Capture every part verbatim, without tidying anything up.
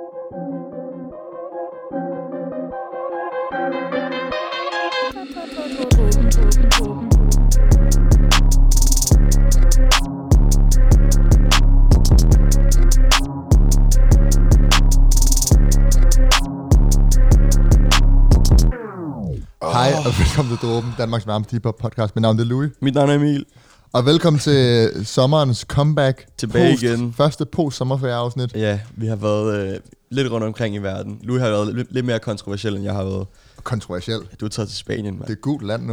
Hej og velkommen til Dråben, Danmarks varmeste hiphop podcast. Mit navn er Louis. Mit navn er Emil. Og velkommen til sommerens comeback. Tilbage post, igen. Første post-sommerferie-afsnit. Ja, vi har været øh, lidt rundt omkring i verden. Louis har været lidt, lidt mere kontroversiel, end jeg har været. Kontroversiel? Du er taget til Spanien, mand. Det er gult land nu.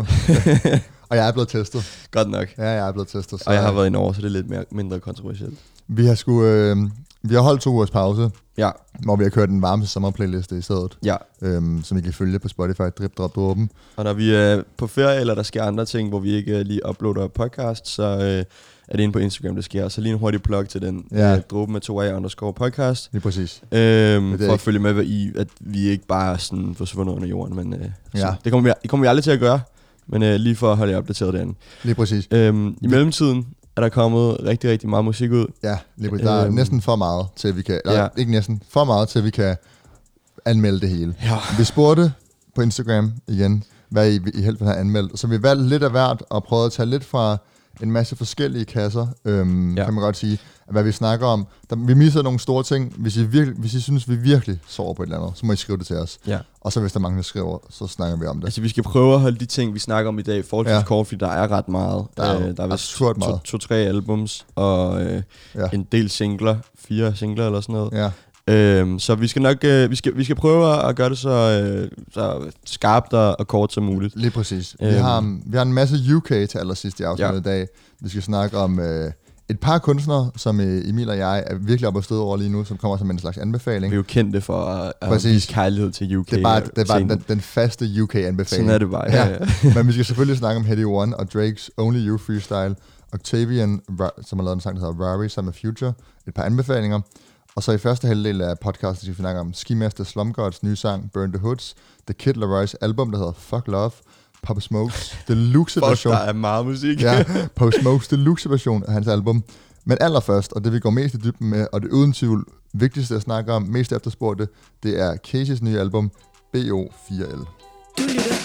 Og jeg er blevet testet. Godt nok. Ja, jeg er blevet testet. Så og jeg har været i Norge, så det er lidt mere, mindre kontroversielt. Vi har sgu, øh, vi har holdt to ugers pause. Ja. Hvor vi har kørt den varmeste sommerplayliste i stedet. Ja. Øhm, som I kan følge på Spotify, Drip Drop Dråben. Og når vi er på ferie, eller der sker andre ting, hvor vi ikke lige uploader podcast, så øh, er det inde på Instagram, det sker. Så lige en hurtig plug til den. Ja. Øh, Dråben med to a underscore podcast. Lige præcis. Øhm, det for ikke. at følge med i, at vi ikke bare er sådan forsvundet under jorden. Men øh, Ja. det, kommer vi, det kommer vi aldrig til at gøre. Men øh, lige for at holde jer opdateret derinde. Lige præcis. Øhm, I mellemtiden er der kommet rigtig, rigtig meget musik ud. Ja, lige præcis. Der er Øhm. næsten for meget til, at vi kan... Eller, Ja. ikke næsten, for meget til, at vi kan anmelde det hele. Ja. Vi spurgte på Instagram igen, hvad I, I helst vil have anmeldt. Så vi valgte lidt af hvert og prøvede at tage lidt fra en masse forskellige kasser, øhm, Ja. kan man godt sige, hvad vi snakker om. Der, vi misser nogle store ting. Hvis I, virkelig, hvis I synes, vi virkelig sover på et eller andet, så må I skrive det til os. Ja. Og så hvis der er mange, der skriver, så snakker vi om det. Altså vi skal prøve at holde de ting, vi snakker om i dag, forholdsvis Ja. ja. kort, fordi der er ret meget. Der er jo øh, der er vist absurd to, meget. to, tre albums og øh, Ja. en del singler, fire singler eller sådan noget. Ja. Øhm, så vi skal nok øh, vi skal vi skal prøve at gøre det så, øh, så skarpt og, og kort som muligt. Lige præcis. Vi, Øhm. har, vi har en masse U K til allersidst i afsnittet Ja. i dag. Vi skal snakke om øh, et par kunstnere, som øh, Emil og jeg er virkelig oppe at støde over lige nu, som kommer som en slags anbefaling. Vi er jo kendte for at, at Præcis. vise kærlighed til U K. Det er bare, det er bare scenen. den, den faste U K-anbefaling. Sådan er det bare, ja, ja. Men vi skal selvfølgelig snakke om Headie One og Drakes Only You Freestyle, Octavian, Ra- som har lavet en sang, der hedder Rari sammen med Future, et par anbefalinger. Og så i første halvdel af podcasten skal vi snakke om Ski Master Slumgods nye sang Burn the Hoods, The Kid Laroi's album, der hedder Fuck Love, Pop Smokes deluxe Fuck, version. der er meget musik. Ja, Pop Smokes deluxe version af hans album. Men allerførst, og det vi går mest i dybden med, og det uden tvivl vigtigste at snakke om, mest efterspurgte, det er Casey's nye album, B O fire L. Du lytter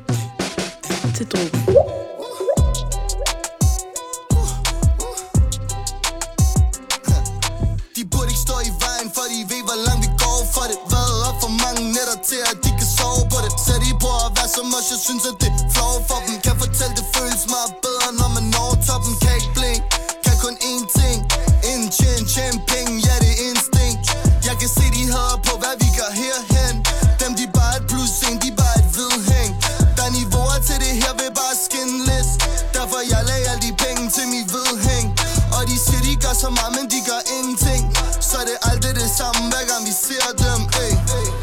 til Dråben. De burde ikke stå i vejen, for de ved, hvor langt vi går for det. Været op for mange nætter til, at de kan sove på det. Så de på at være som os, jeg synes, at det er flow for dem. Kan fortælle, det føles meget bedre, når man når toppen. Kan ikke blink, kan kun én ting. En tjen, tjen penge, ja det er instinkt. Jeg kan se, de hader på, hvad vi gør herhen. Dem, de bare et plus en, de bare et vedhæng. Der er niveauer til det her, vil bare skinne lidt. Derfor jeg lagde alle de penge til mit vedhæng. Og de siger, de gør så meget, men de gør ingenting. Så er det aldrig det samme, hver gang vi ser dem, ey.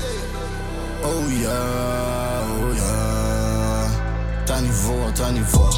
Oh yeah, oh yeah. Der er niveauer, der er niveauer.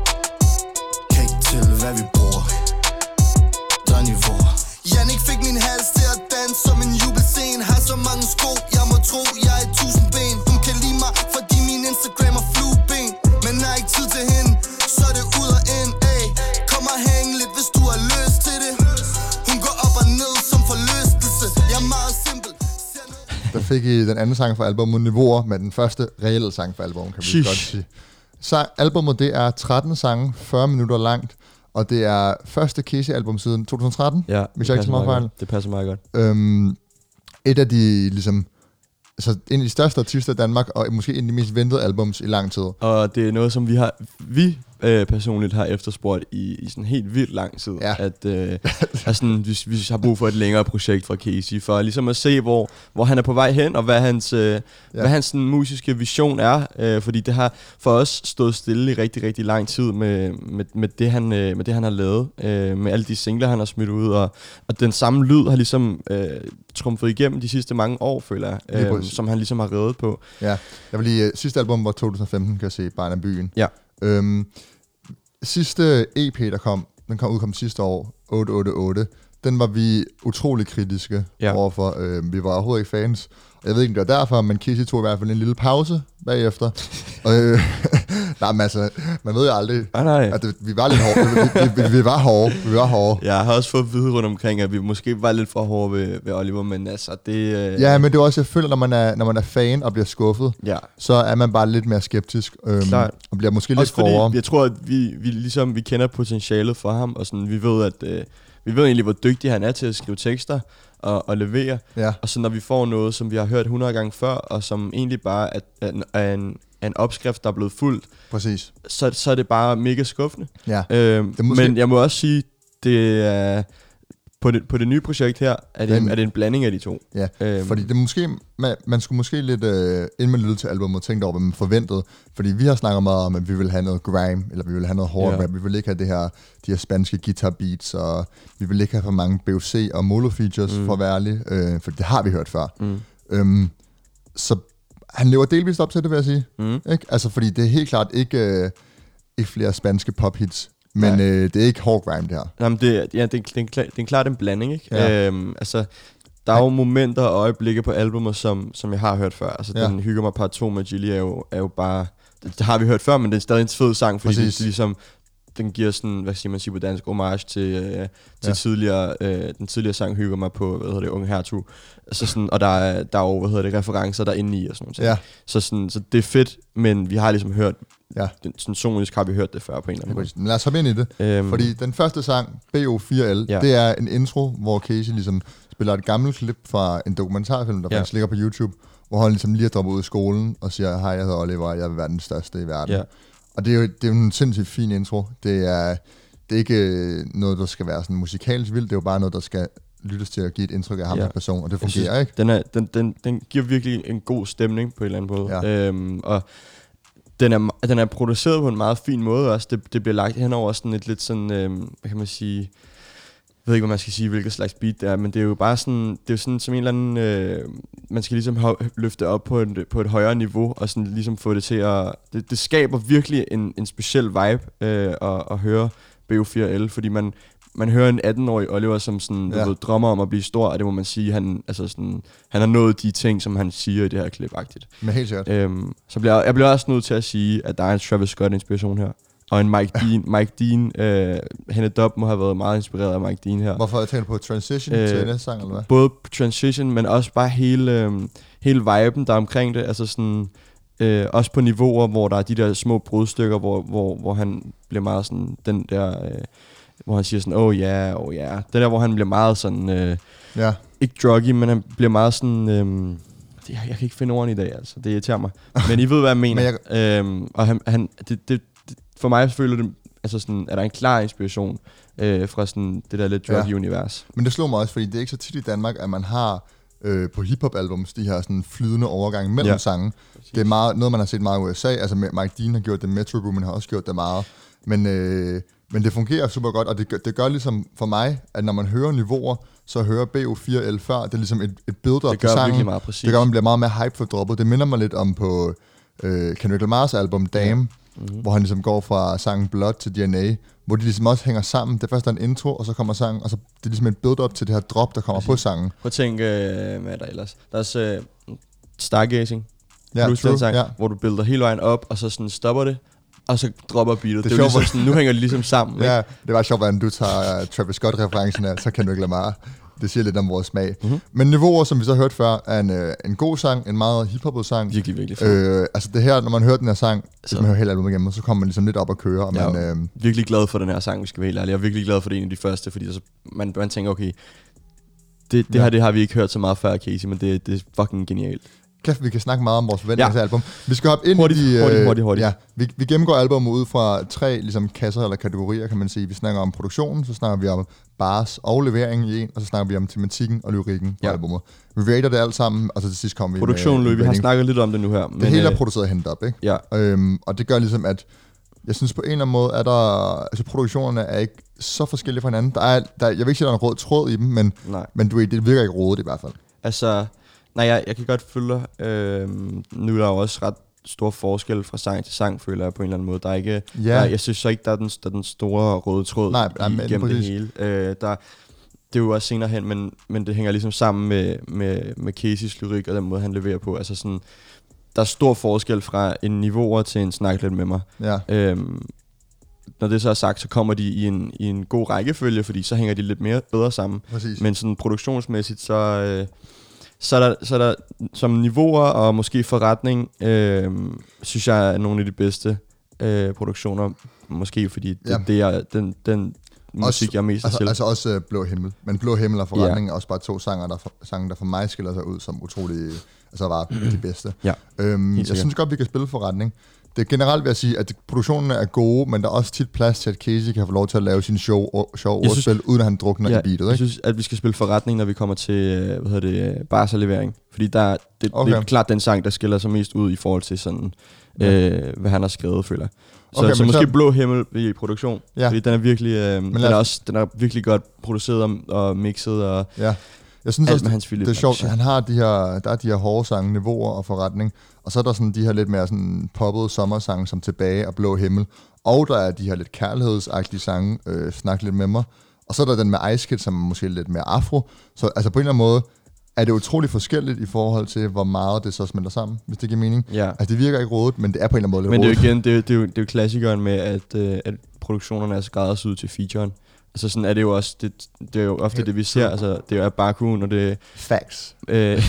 Kan ikke til, hvad vi bruger. Der er niveauer. Jannik fik min hals til at danse som en jubelscene. Har så mange sko, jeg må tro, jeg er et tusind ben. Hun kan lide mig, fordi min Instagram er flueben. Men har ikke tid til hende, så er det ud og ind, ey. Kom og hæng lidt, hvis du har lyst til det. Hun går op og ned som forlystelse. Jeg er meget simpel. Der fik I den anden sang fra albumet Niveauer, med den første reelle sang fra albumet, kan vi Sheesh. godt sige. Så albumet, det er tretten sange, fyrre minutter langt, og det er første Casey-album siden to tusind og tretten, Ja, hvis jeg ikke så meget fejl. Det passer meget godt. Øhm, et af de, ligesom, altså en af de største artister i Danmark, og måske en af de mest ventede albums i lang tid. Og det er noget, som vi har vi øh, personligt har efterspurgt i, i sådan helt vildt lang tid. Ja. At øh, altså, vi, vi har brug for et længere projekt fra Casey, for ligesom at se, hvor, hvor han er på vej hen, og hvad hans, øh, ja. hvad hans sådan, musiske vision er. Øh, fordi det har for os stået stille i rigtig, rigtig lang tid med, med, med, det, han, øh, med det, han har lavet. Øh, med alle de singler, han har smidt ud. Og, og den samme lyd har ligesom øh, trumfet igennem de sidste mange år, føler jeg. Øh, som han ligesom har reddet på. Ja, jeg vil lige, sidste album var to tusind og femten, kan jeg se, Barn af byen. Ja. Øhm, sidste E P, der kom, den kom udkom sidste år, otte otte otte, den var vi utrolig kritiske Ja. overfor. Øh, vi var overhovedet ikke fans. Jeg ved ikke, om det var derfor, men Casey tog i hvert fald en lille pause bagefter. og, øh, nej, men altså, man ved jo aldrig, Nej, nej. at det, vi var lidt hårde. Vi, vi, vi, vi var hårde. Vi var hårde. Jeg har også fået at vide rundt omkring, at vi måske var lidt for hårde ved, ved Oliver, men altså, det... Øh... Ja, men det er også, jeg føler, når man er, når man er fan og bliver skuffet, Ja. så er man bare lidt mere skeptisk. Øhm, Klart. og bliver måske Også lidt grovere. fordi, jeg tror, at vi, vi ligesom vi kender potentialet for ham, og sådan, vi ved, at øh, vi ved egentlig, hvor dygtig han er til at skrive tekster og, og levere. Ja. Og så når vi får noget, som vi har hørt hundrede gange før, og som egentlig bare er, er, er, en, er en opskrift, der er blevet fuldt, Præcis. så, så er det bare mega skuffende. Ja. Øhm, er måske- Men jeg må også sige, det er... På det, på det nye projekt her, er det, Den- er det en blanding af de to. Ja, Øhm. fordi det er måske, man, man skulle måske lidt, øh, inden man lyttede til albumet, tænke over, hvad man forventede. Fordi vi har snakket meget om, at vi vil have noget grime, eller vi vil have noget hård Ja. rap. Vi vil ikke have det her, de her spanske guitar beats, og vi vil ikke have for mange B O C og Molo features, mm. for at være ærlig. Øh, for det har vi hørt før. Mm. Øhm, så han lever delvist op til det, vil jeg sige. Mm. Ikke? Altså, fordi det er helt klart ikke, øh, ikke flere spanske pop-hits, men øh, det er ikke hård grime, det her. Jamen det, er- ja, det, er, det, er, klar- det er klart en blanding, ikke? Ja. Øhm, altså, der er jo momenter og øjeblikke på albumet, som, som jeg har hørt før. Altså, Ja. den Hygger mig part to med Gilly er jo, er jo bare... Det, det har vi hørt før, men det er stadig en fed sang, fordi det, Præcis. det ligesom... Den giver sådan, hvad siger man siger på dansk, homage til, øh, til Ja. tidligere, øh, den tidligere sang Hygger mig på, hvad hedder det, Unge Hertug. Altså sådan, og der er, der er jo, hvad hedder det, referencer der inde i og sådan noget. Ja, Så, sådan, så det er fedt, men vi har ligesom hørt, ja. den, sådan sonisk har vi hørt det før på en eller anden måde. Men lad os hoppe ind i det. Øhm, Fordi den første sang, B O fire L, Ja. det er en intro, hvor Casey ligesom spiller et gammelt klip fra en dokumentarfilm, der Ja. faktisk ligger på YouTube, hvor han ligesom lige er droppet ud af skolen og siger, hej, jeg hedder Oliver, og jeg vil være den største i verden. Ja. Og det er jo det er jo en sindssygt fin intro. Det er, det er ikke øh, noget, der skal være sådan musikalisk vildt, det er jo bare noget, der skal lyttes til at give et indtryk af ham Ja. som person, og det Jeg fungerer, synes, ikke? Den, er, den, den, den giver virkelig en god stemning på en eller anden måde. Ja. Øhm, og den er, den er produceret på en meget fin måde også. Det, det bliver lagt hen over sådan et lidt sådan, øhm, hvad kan man sige... Jeg ved ikke, hvad man skal sige, hvilket slags beat det er, men det er jo bare sådan, det er jo sådan som en eller anden, øh, man skal ligesom hø- løfte op på, en, på et højere niveau, og sådan ligesom få det til at, det, det skaber virkelig en, en speciel vibe øh, at, at høre B O fire L, fordi man, man hører en atten-årig Oliver, som sådan, Ja. ja. ved, drømmer om at blive stor, og det må man sige, han, altså sådan, han har nået de ting, som han siger i det her klip-agtigt. Men helt sikkert. Øhm, så bliver jeg, jeg bliver også nødt til at sige, at der er en Travis Scott-inspiration her. Og en Mike Dean. Mike Dean, øh, Henne Dub må have været meget inspireret af Mike Dean her. Hvorfor jeg tænker på Transition Øh, til næste sang, eller hvad? Både på Transition, men også bare hele, øh, hele viben, der er omkring det. Altså sådan, øh, også på niveauer, hvor der er de der små brudstykker, hvor, hvor, hvor han bliver meget sådan, den der, øh, hvor han siger sådan, oh ja, yeah, oh ja. Yeah. Det der, hvor han bliver meget sådan, øh, Ja. ikke druggy, men han bliver meget sådan... Øhm, jeg, jeg kan ikke finde ordene i dag, altså. Det irriterer mig. Men I ved, hvad jeg mener. Men jeg- Øhm, og han, han, det, det, det, for mig føler det... Altså sådan, er der en klar inspiration øh, fra sådan det der lidt druggy Ja. univers. Men det slog mig også, fordi det er ikke så tit i Danmark, at man har øh, på hiphop-albums de her sådan flydende overgange mellem Ja. ja. sange. Det er meget, noget, man har set meget i U S A. Altså Mike Dean har gjort det, Metro Boomin har også gjort det meget. Men, øh, men det fungerer super godt, og det gør, det gør ligesom for mig, at når man hører niveauer, så hører B O fire L før. Det er ligesom et, et build-up Det til gør sangen. virkelig meget præcis. Det gør, at man bliver meget mere hype for droppet. Det minder mig lidt om på øh, Kendrick Lamars album Damn, Mm-hmm. hvor han ligesom går fra sangen Blood til D N A, hvor de ligesom også hænger sammen. Det er først der er en intro, og så kommer sangen, og så det er ligesom et build-up til det her drop, der kommer Præcis. på sangen. Prøv at tænke, øh, hvad er der ellers? Der er også øh, Stargazing. Ja, Plus true, den sang, ja. hvor du builder hele vejen op, og så sådan stopper det, og så dropper beatet. Det Det, er det er jo sjovt, ligesom sådan, nu hænger de ligesom sammen. Ikke? Ja, det var sjovt, hvordan du tager uh, Travis Scott-referencen af, så kan du ikke lade mig. Det siger lidt om vores smag. Mhm. Men Niveauer, som vi så hørte før, er en, uh, en god sang, en meget hip-hoppet sang. Virkelig, virkelig fedt. Øh, altså det her, når man hører den her sang, så Så- man hører hele albumet igennem, så kommer man ligesom lidt op at køre, og Jeg man, er øh, virkelig glad for den her sang, vi skal være helt ærlige. Jeg er virkelig glad for det en af de første, fordi så man, man tænker, okay, det, det Ja. her det har vi ikke hørt så meget før, Casey, men det, det er fucking genialt. kæft, vi kan snakke meget om vores forventninger Ja. til album. Vi skal hoppe ind Hurtigt, i de... øh, hurtigt, hurtigt, hurtigt. Ja, vi, vi gennemgår albumet ud fra tre ligesom, kasser eller kategorier, kan man sige. Vi snakker om produktionen, så snakker vi om bars og levering i en, og så snakker vi om tematikken og lyrikken på Ja. albumet. Vi rater det alt sammen, og så til sidst kommer vi Produktion, med Louis, vi har rating. snakket lidt om det nu her. Det hele er øh, produceret og hentet op, ikke? Ja, Øhm, og det gør ligesom, at jeg synes på en eller anden måde, at der, altså produktionerne er ikke så forskellige fra hinanden. Der er, der, jeg vil ikke sige, at der er en rød tråd i dem, men, nej. men du ved, det virker ikke rodet i hvert fald. Altså, nej, jeg, jeg kan godt følge dig. Øhm, nu er der jo også ret stor forskel fra sang til sang, føler jeg på en eller anden måde. Der er ikke, Ja. der, jeg synes så ikke, der er den, der er den store røde tråd Nej, nej, men igennem det præcis. hele. Øh, der, det er jo også senere hen, men, men det hænger ligesom sammen med, med, med Casey's lyrik og den måde, han leverer på. Altså sådan, der er stor forskel fra en niveauer til en snak lidt med mig. Ja. Øhm, når det så er sagt, så kommer de i en, i en god rækkefølge, fordi så hænger de lidt mere bedre sammen. Præcis. Men sådan produktionsmæssigt, så, øh, så, er der, så er der som niveauer og måske forretning, øh, synes jeg er nogle af de bedste øh, produktioner. Måske fordi det, ja. det er den, den musik, også, jeg mest altså, selv. altså også uh, Blå Himmel. Men Blå Himmel og Forretning er også bare to sanger, der for, sange, der for mig skiller sig ud som utrolig, altså var de bedste. Ja, øhm, jeg synes godt, vi kan spille Forretning. Det generelt vil jeg sige, at produktionerne er gode, men der er også tit plads til, at Casey kan få lov til at lave sin show, sjov ordspil, uden at han drukner ja, i beatet. Ikke? Jeg synes, at vi skal spille Forretning, når vi kommer til hvad hedder det, Barca-levering. Fordi der, det, okay. det er klart den sang, der skiller sig mest ud i forhold til sådan, ja. øh, hvad han har skrevet, føler jeg. Så, okay, så måske så... Blå Himmel i produktion, ja. Fordi den er virkelig, øh, den er også, den er virkelig godt produceret og, og mixet og ja. Jeg synes også, det, det er sjovt, han har de her, der er de her hårde sange, niveauer og Forretning, og så er der sådan de her lidt mere sådan poppede sommersange som Tilbage og Blå Himmel, og der er de her lidt kærlighedsagtige sange, øh, Snak lidt med mig, og så er der den med Ice Kid, som er måske lidt mere afro, så altså på en eller anden måde er det utroligt forskelligt i forhold til, hvor meget det så smelter sammen, hvis det giver mening. Ja. Altså det virker ikke rodet, men det er på en eller anden måde lidt Men det er rodet. jo igen, det er, det er, jo, det er jo klassikeren med, at, øh, at produktionerne er skræddersyet til featuren. Altså sådan er det jo også, det, det er jo ofte ja, det vi ser, altså det er jo Bakun og det... Facts. Øh,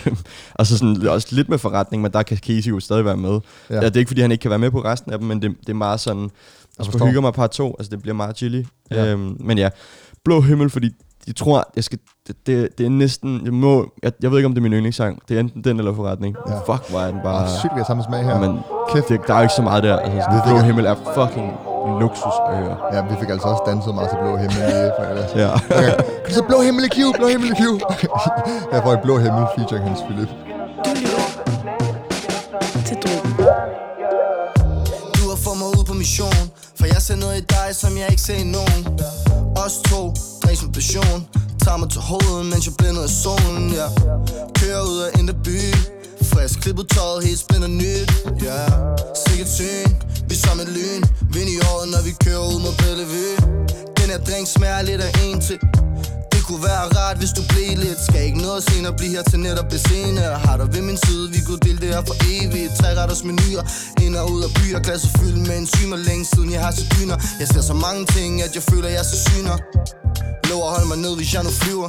og så sådan også lidt med forretning, men der kan Casey jo stadig være med. Ja. Det er ikke fordi, han ikke kan være med på resten af dem, men det, det er meget sådan... Altså på Hygger mig part to, altså det bliver meget chili. Ja. Øhm, men ja, Blå Himmel, fordi jeg tror, jeg skal... Det, det, det er næsten... Jeg, må, jeg, jeg ved ikke, om det er min yndlingssang. Det er enten den eller Forretning. Ja. Fuck, hvor er den bare... Oh, sygt, vi har samme smag her. Men kæft, det, der er jo ikke så meget der. Altså, sådan, Blå Himmel er fucking... luksus at høre. Ja, vi fik altså også danset meget til Blå Himmel i fredags. Ja. Okay. Kan du så Blå Himmel i Q? Blå Himmel i Q? Jeg får et Blå Himmel featuring Hans Philip. Du lytter til Drogen. Du har fået mig ud på mission, for jeg ser noget i dig, som jeg ikke ser i nogen. Os to, dræs med passion, tager mig til hovedet, mens jeg blænder af solen, ja. Kører ud af indre by, frisk klippet tøjet, helt spændende nyt, ja. Sikkert syn, vi som et lyn, vind i året, når vi kører ud mod Bellevue. Den her drink smager lidt af en til. Det kunne være rart, hvis du blev lidt. Skal ikke noget senere, blive her til netop besene. Har dig ved min side, vi kunne dele det her for evigt. Tre retters menuer, ind og ud af byer. Glasset fyldt med enzymer, længe siden jeg har set dyner. Jeg ser så mange ting, at jeg føler jeg så syner. Lov at holde mig ned, hvis jeg nu flyver.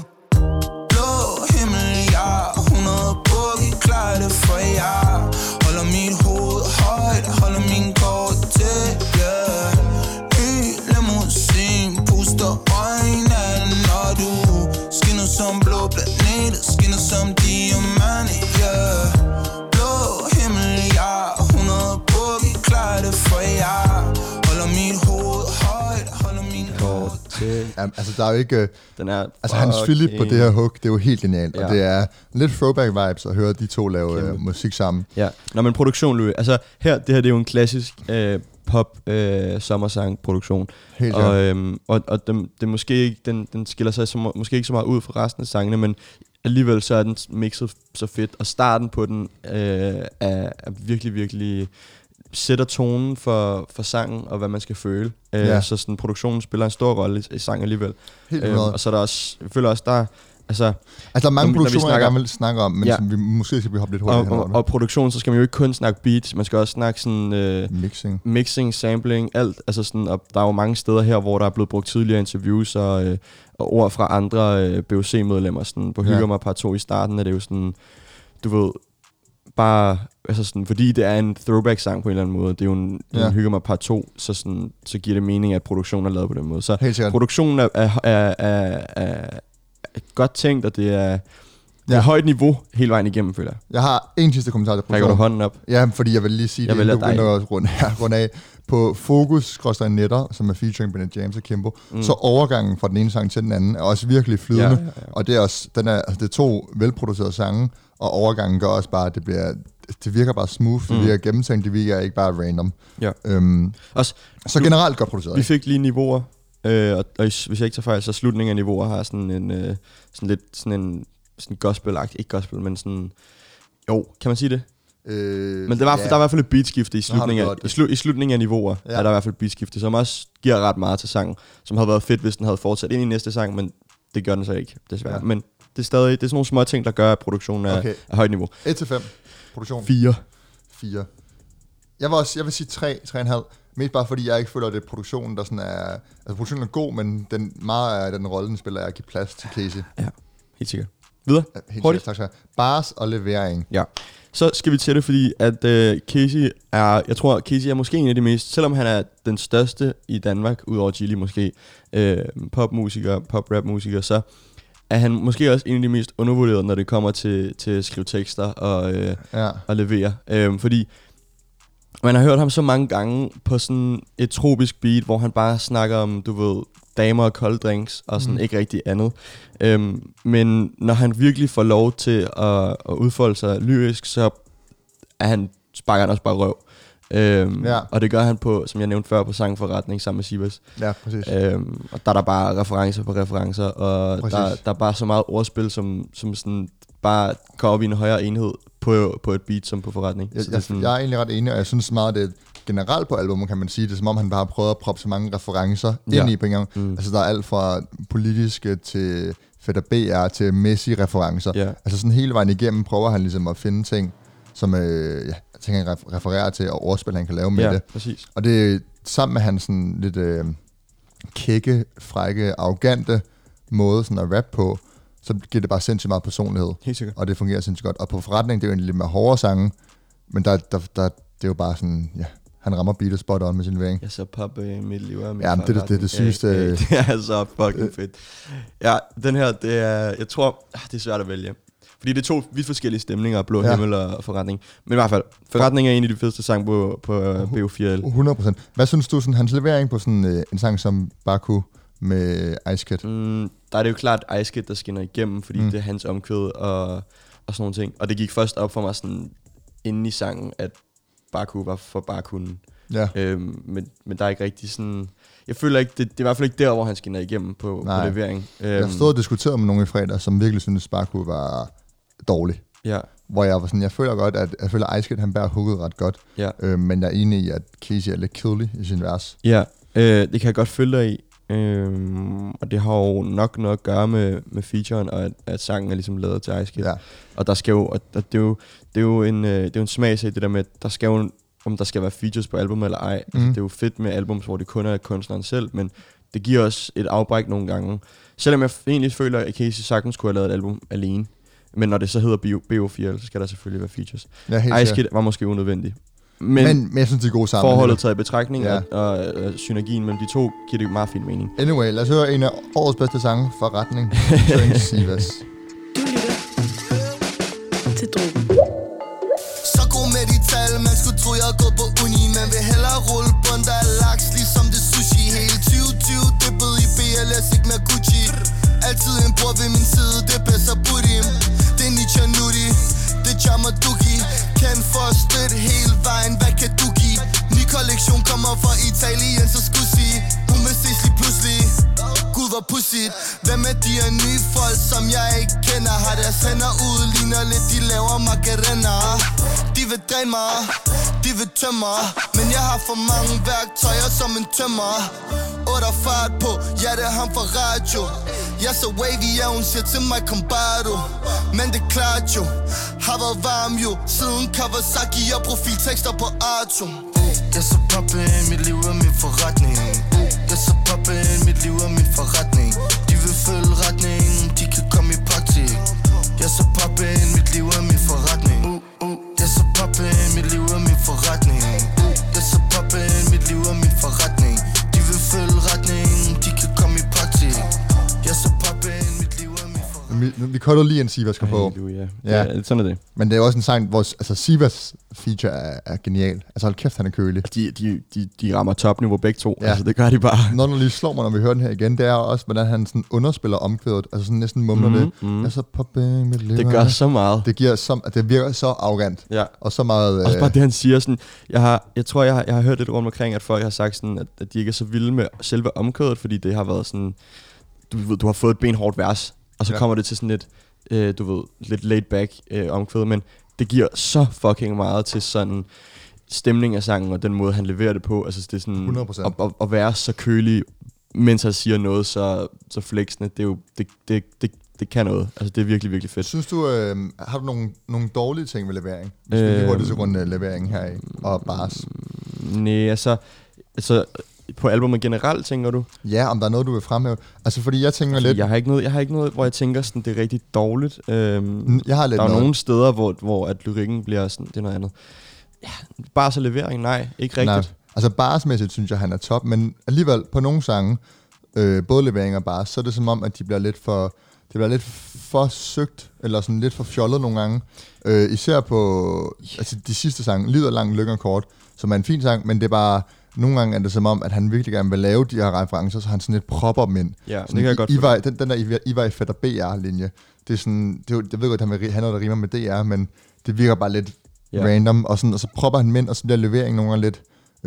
Blå himmel, ja, hundrede bukke, klar det for jer. Holder mit hoved højt, holder min kort til, yeah. Ny limousin, puster øjnene, når du skinner som blå planet, skinner som diamante, yeah. Blå himmel, ja, hundrede bukke, klar det for jer. Holder mit hoved højt, holder min kort til. Ja, altså der er jo ikke... Den er altså Hans Philip på det her hook, det er jo helt genialt. Ja. Og det er lidt throwback vibes at høre de to lave uh, musik sammen. Ja, når man produktion, Louis. Altså her, det her det er jo en klassisk øh, pop øh, sommersang produktion. Helt og, øhm, og, og den, det måske ikke, den, den skiller sig så, måske ikke så meget ud fra resten af sangene, men alligevel så er den mixet så fedt. Og starten på den øh, er, er virkelig, virkelig... sætter tonen for, for sangen og hvad man skal føle. Ja. Øh, så sådan, produktionen spiller en stor rolle i, i sangen alligevel. Helt øhm, og så er der også, jeg føler også, der altså... Altså der er mange når, produktioner, snakker, jeg gerne vil snakke om, men ja. som vi måske skal vi hoppe lidt hurtigt og, og, og produktion, så skal man jo ikke kun snakke beat, man skal også snakke sådan... Øh, mixing. Mixing, sampling, alt. Altså sådan, og der er jo mange steder her, hvor der er blevet brugt tidligere interviews og, øh, og ord fra andre øh, B O C-medlemmer. Sådan, på Hygger mig part to i starten er det jo sådan, du ved... bare, altså sådan, fordi det er en throwback-sang på en eller anden måde, det er jo en, ja. en Hygger mig part to, så, sådan, så giver det mening, at produktionen er lavet på den måde. Så produktionen er, er, er, er, er godt tænkt, og det er, det er ja. højt niveau hele vejen igennem, føler jeg. Jeg har en sidste kommentar til produktionen. Rækker du hånden op? Ja, fordi jeg vil lige sige, jeg det er rundt, rundt, rundt af. På Focus, Netter, som er featuring Benny James og Kimbo, mm. så overgangen fra den ene sang til den anden er også virkelig flydende. Ja, ja, ja. Og det er også, den er, altså det er to velproducerede sange, og overgangen gør også bare, at det bliver, det virker bare smooth, det mm. virker gennemtænkt, det virker ikke bare random. Ja. Øhm, også, så nu, generelt godt produceret. Vi fik lige niveauer, øh, og, og hvis jeg ikke tager fejl, så slutningen af niveauer har sådan en, øh, sådan lidt sådan en sådan gospel-agt, ikke gospel, men sådan, jo, kan man sige det? Øh, men der var, ja. der var i hvert fald et beatskifte i slutningen, af, i, slu, i slutningen af niveauer, ja. er der i hvert fald et beatskifte, som også giver ret meget til sangen, som havde været fedt, hvis den havde fortsat ind i næste sang, men det gør den så ikke, desværre. Ja. Men det er stadig det er sådan nogle små ting, der gør, at produktionen er Okay. af højt niveau. et til fem. Produktion. Fire. fire. Jeg vil også, jeg vil sige tre, tre komma fem. Mest bare fordi jeg ikke føler, at det er produktionen, der sådan er... Altså produktionen er god, men den, meget af den rolle, den spiller, er at give plads til Casey. Ja, helt sikkert. Videre. Ja, helt Hurtigt. sikkert, tak skal du have. Bars og levering. Ja. Så skal vi til det, fordi at øh, Casey er, jeg tror, Casey er måske en af de mest, selvom han er den største i Danmark, udover Chili måske, øh, popmusiker, pop-rap-musiker, så er han måske også en af de mest undervurderede, når det kommer til, til at skrive tekster og, øh, Ja. og levere. Øh, fordi man har hørt ham så mange gange på sådan et tropisk beat, hvor han bare snakker om, du ved, damer og kolde drinks, og sådan mm. ikke rigtig andet. Øhm, men når han virkelig får lov til at, at udfolde sig lyrisk, så er han, sparker han også bare røv. Øhm, Ja. Og det gør han på, som jeg nævnte før, på Sangforretning sammen med Sivas. Ja, præcis. Øhm, og der er der bare referencer på referencer, og der, der er bare så meget ordspil, som, som sådan bare går op i en højere enhed på, på et beat som på forretning. Jeg, Så det er jeg, sådan, jeg er egentlig ret enig, og jeg synes meget, det er generelt på albumet, kan man sige. Det er som om, han bare har prøvet at proppe så mange referencer Ja. ind i på en gang. Mm. Altså, der er alt fra politiske til Fætter B R til Messi-referencer. Ja. Altså sådan hele vejen igennem prøver han ligesom at finde ting, som øh, ja, ting, han ref- refererer til, og ordspil, han kan lave med ja, det. præcis. Og det er sammen med hans sådan lidt øh, kække, frække, arrogante måde sådan at rappe på, så giver det bare sindssygt meget personlighed. Helt sikkert. Og det fungerer sindssygt godt. Og på forretning, det er jo egentlig lidt mere hårdere sange, men der, der, der, det er jo bare sådan, ja, han rammer beatet spot on med sin væring. Jeg så pop øh, mit liv er min Ja, men det er det, det, er det sygeste. Ja, ja, det er så fucking fedt. Ja, den her, det er, jeg tror, ah, det er svært at vælge. Fordi det er to vidt forskellige stemninger, Blå Ja. Himmel og Forretning. Men i hvert fald, Forretning er en af de fedeste sange på, på uh, B O fire L. hundrede procent. Hvad synes du, sådan, hans levering på sådan øh, en sang som Baku med Ice Kid? Mm, der er det jo klart Ice Kid, der skinner igennem, fordi Mm. mm. det er hans omkvæd og, og sådan nogle ting. Og det gik først op for mig sådan inde i sangen, at Baku var for Bakunen. Ja. Øhm, men, men der er ikke rigtig sådan... Jeg føler ikke, det, det er i hvert fald ikke der, hvor han skinner igennem på, på Nej. levering. Jeg har stået og diskuteret med nogen i fredag, som virkelig synes, Baku var dårlig. Ja, Hvor jeg var sådan, jeg føler godt, at jeg føler, at Ice Kid, han bærer hooket ret godt. ja. Øh, men jeg er enig i, at Casey er lidt kedelig i sin vers. Ja, øh, det kan jeg godt følge dig i. Øhm, og det har jo nok noget at gøre med, med featuren, og at, at sangen er ligesom lavet til Ice Kid. Ja. Og der skal jo, og det er jo, det er jo en, øh, det er jo en smagsag, det der med, at der skal jo, om der skal være features på album eller ej. Mm. Altså, det er jo fedt med albums, hvor det kun er kunstneren selv, men det giver os et afbræk nogle gange. Selvom jeg egentlig føler, at Casey sagtens kunne have lavet et album alene. Men når det så hedder B O fire L, så skal der selvfølgelig være features. Ja, helt Ice sikkert. Kid var måske unødvendig. Men, Men, men jeg synes, det er gode sammen. forholdet taget i betragtning, Ja. ja. og, og, og synergien mellem de to, giver det meget fin mening. Anyway, lad os høre en af årets bedste sange, Forretning, featuring Sivas. Du lytter til Drogen. Så god med de tal, man skulle tro jeg er gået på uni. Man vil hellere rulle bund, der er laks, ligesom det sushi. Hele tyve tyve, dippet i B L S, ikke mere Gucci. Altid en bror ved min side, det er bedst at booty. Det er Nietzsche Nutti, det er Jamaduki. Kendt for at støtte hele vejen, hvad kan du give? Ny kollektion kommer fra Italien, så skulle sige hun vil ses lige pludselig. Gud var pudsigt. Hvem er de her nye folk, som jeg ikke kender? Har deres hænder ud, ligner lidt, de laver macarena. De vil dræne mig, de vil tømme mig, men jeg har for mange værktøjer som en tømmer. Otter fart på, ja det er ham fra radio. Jeg er så wavy, ja hun siger til mig, kom bare du. Men det er klart jo, har været varm jo, siden Kawasaki og profiltekster på Arto. Jeg er så poppin', mit liv er min forretning. Jeg er så poppin', mit liv er min forretning. De vil følge retning, de kan komme i praktik. Jeg er så poppin', mit liv er min forretning. Jeg er så poppin', mit liv er min forretning. Jeg er så poppin', mit liv er min forretning. De vil følge retning, de kan komme i praktik. Jeg er så poppin', mit liv er min forretning. Vi, vi cuttede lige en Sivas kom på. Ja. Ja. Ja, sådan er det. Men det er også en sang, hvor altså, Sivas feature er, er genial. Altså hold kæft, han er kølig. De, de, de, de rammer topniveau begge to, Ja. ja. altså det gør de bare. Noget, der lige slår mig, når vi hører den her igen, det er også, hvordan han sådan underspiller omkvædet. Altså sådan næsten mumler Mhm, det. mhm. Jeg er så popping med liv. Det gør så meget. Det, giver så, det virker så arrogant. Ja. Og så meget... Også øh, bare det, han siger sådan, jeg, har, jeg tror, jeg har, jeg har hørt lidt rundt omkring, at folk har sagt sådan, at, at de ikke er så vilde med selve omkvædet, fordi det har været sådan, du ved, du har fået et benhårdt vers, og så Ja. ja. kommer det til sådan lidt, øh, du ved, lidt laid back øh, omkvædet, men det giver så fucking meget til sådan stemning af sangen, og den måde, han leverer det på, altså det er sådan, hundrede procent. at, at, at være så kølig mens han siger noget så, så flexende, det er jo, det, det, det, det kan noget. Altså, det er virkelig, virkelig fedt. Synes du, øh, har du nogle, nogle dårlige ting ved levering? Hvis vi lige hurtigt til grund af leveringen her i, og bars. Nej, altså, altså, på albumet generelt, tænker du? Ja, om der er noget, du vil fremhæve. Altså, fordi jeg tænker Altså, lidt... Jeg har ikke noget, jeg har ikke noget, hvor jeg tænker, sådan, det er rigtig dårligt. Øhm, Jeg har lidt der er noget. nogle steder, hvor, hvor at lyrikken bliver sådan, det er noget andet. Ja, bare så levering, nej, ikke rigtigt. Nej, altså barsmæssigt synes jeg, han er top, men alligevel på nogle sange, øh, både levering og bars, så er det som om, at de bliver lidt for... Det bliver lidt for søgt, eller sådan lidt for fjollet nogle gange. Øh, især på altså de sidste sange, Livet er lang, lykke er kort, som er en fin sang, men det er bare... Nogle gange er det som om, at han virkelig gerne vil lave de her referencer, så han sådan lidt propper dem ind. Ja, sådan, det kan jeg godt Ivar, den, den der Ivar Fætter B R-linje, det er sådan... Det er, jo- jeg ved godt, at han vil, han er noget, der rimer med D R, men det virker bare lidt Ja. random, og, sådan, og så propper han dem ind, og så bliver leveringen nogle gange lidt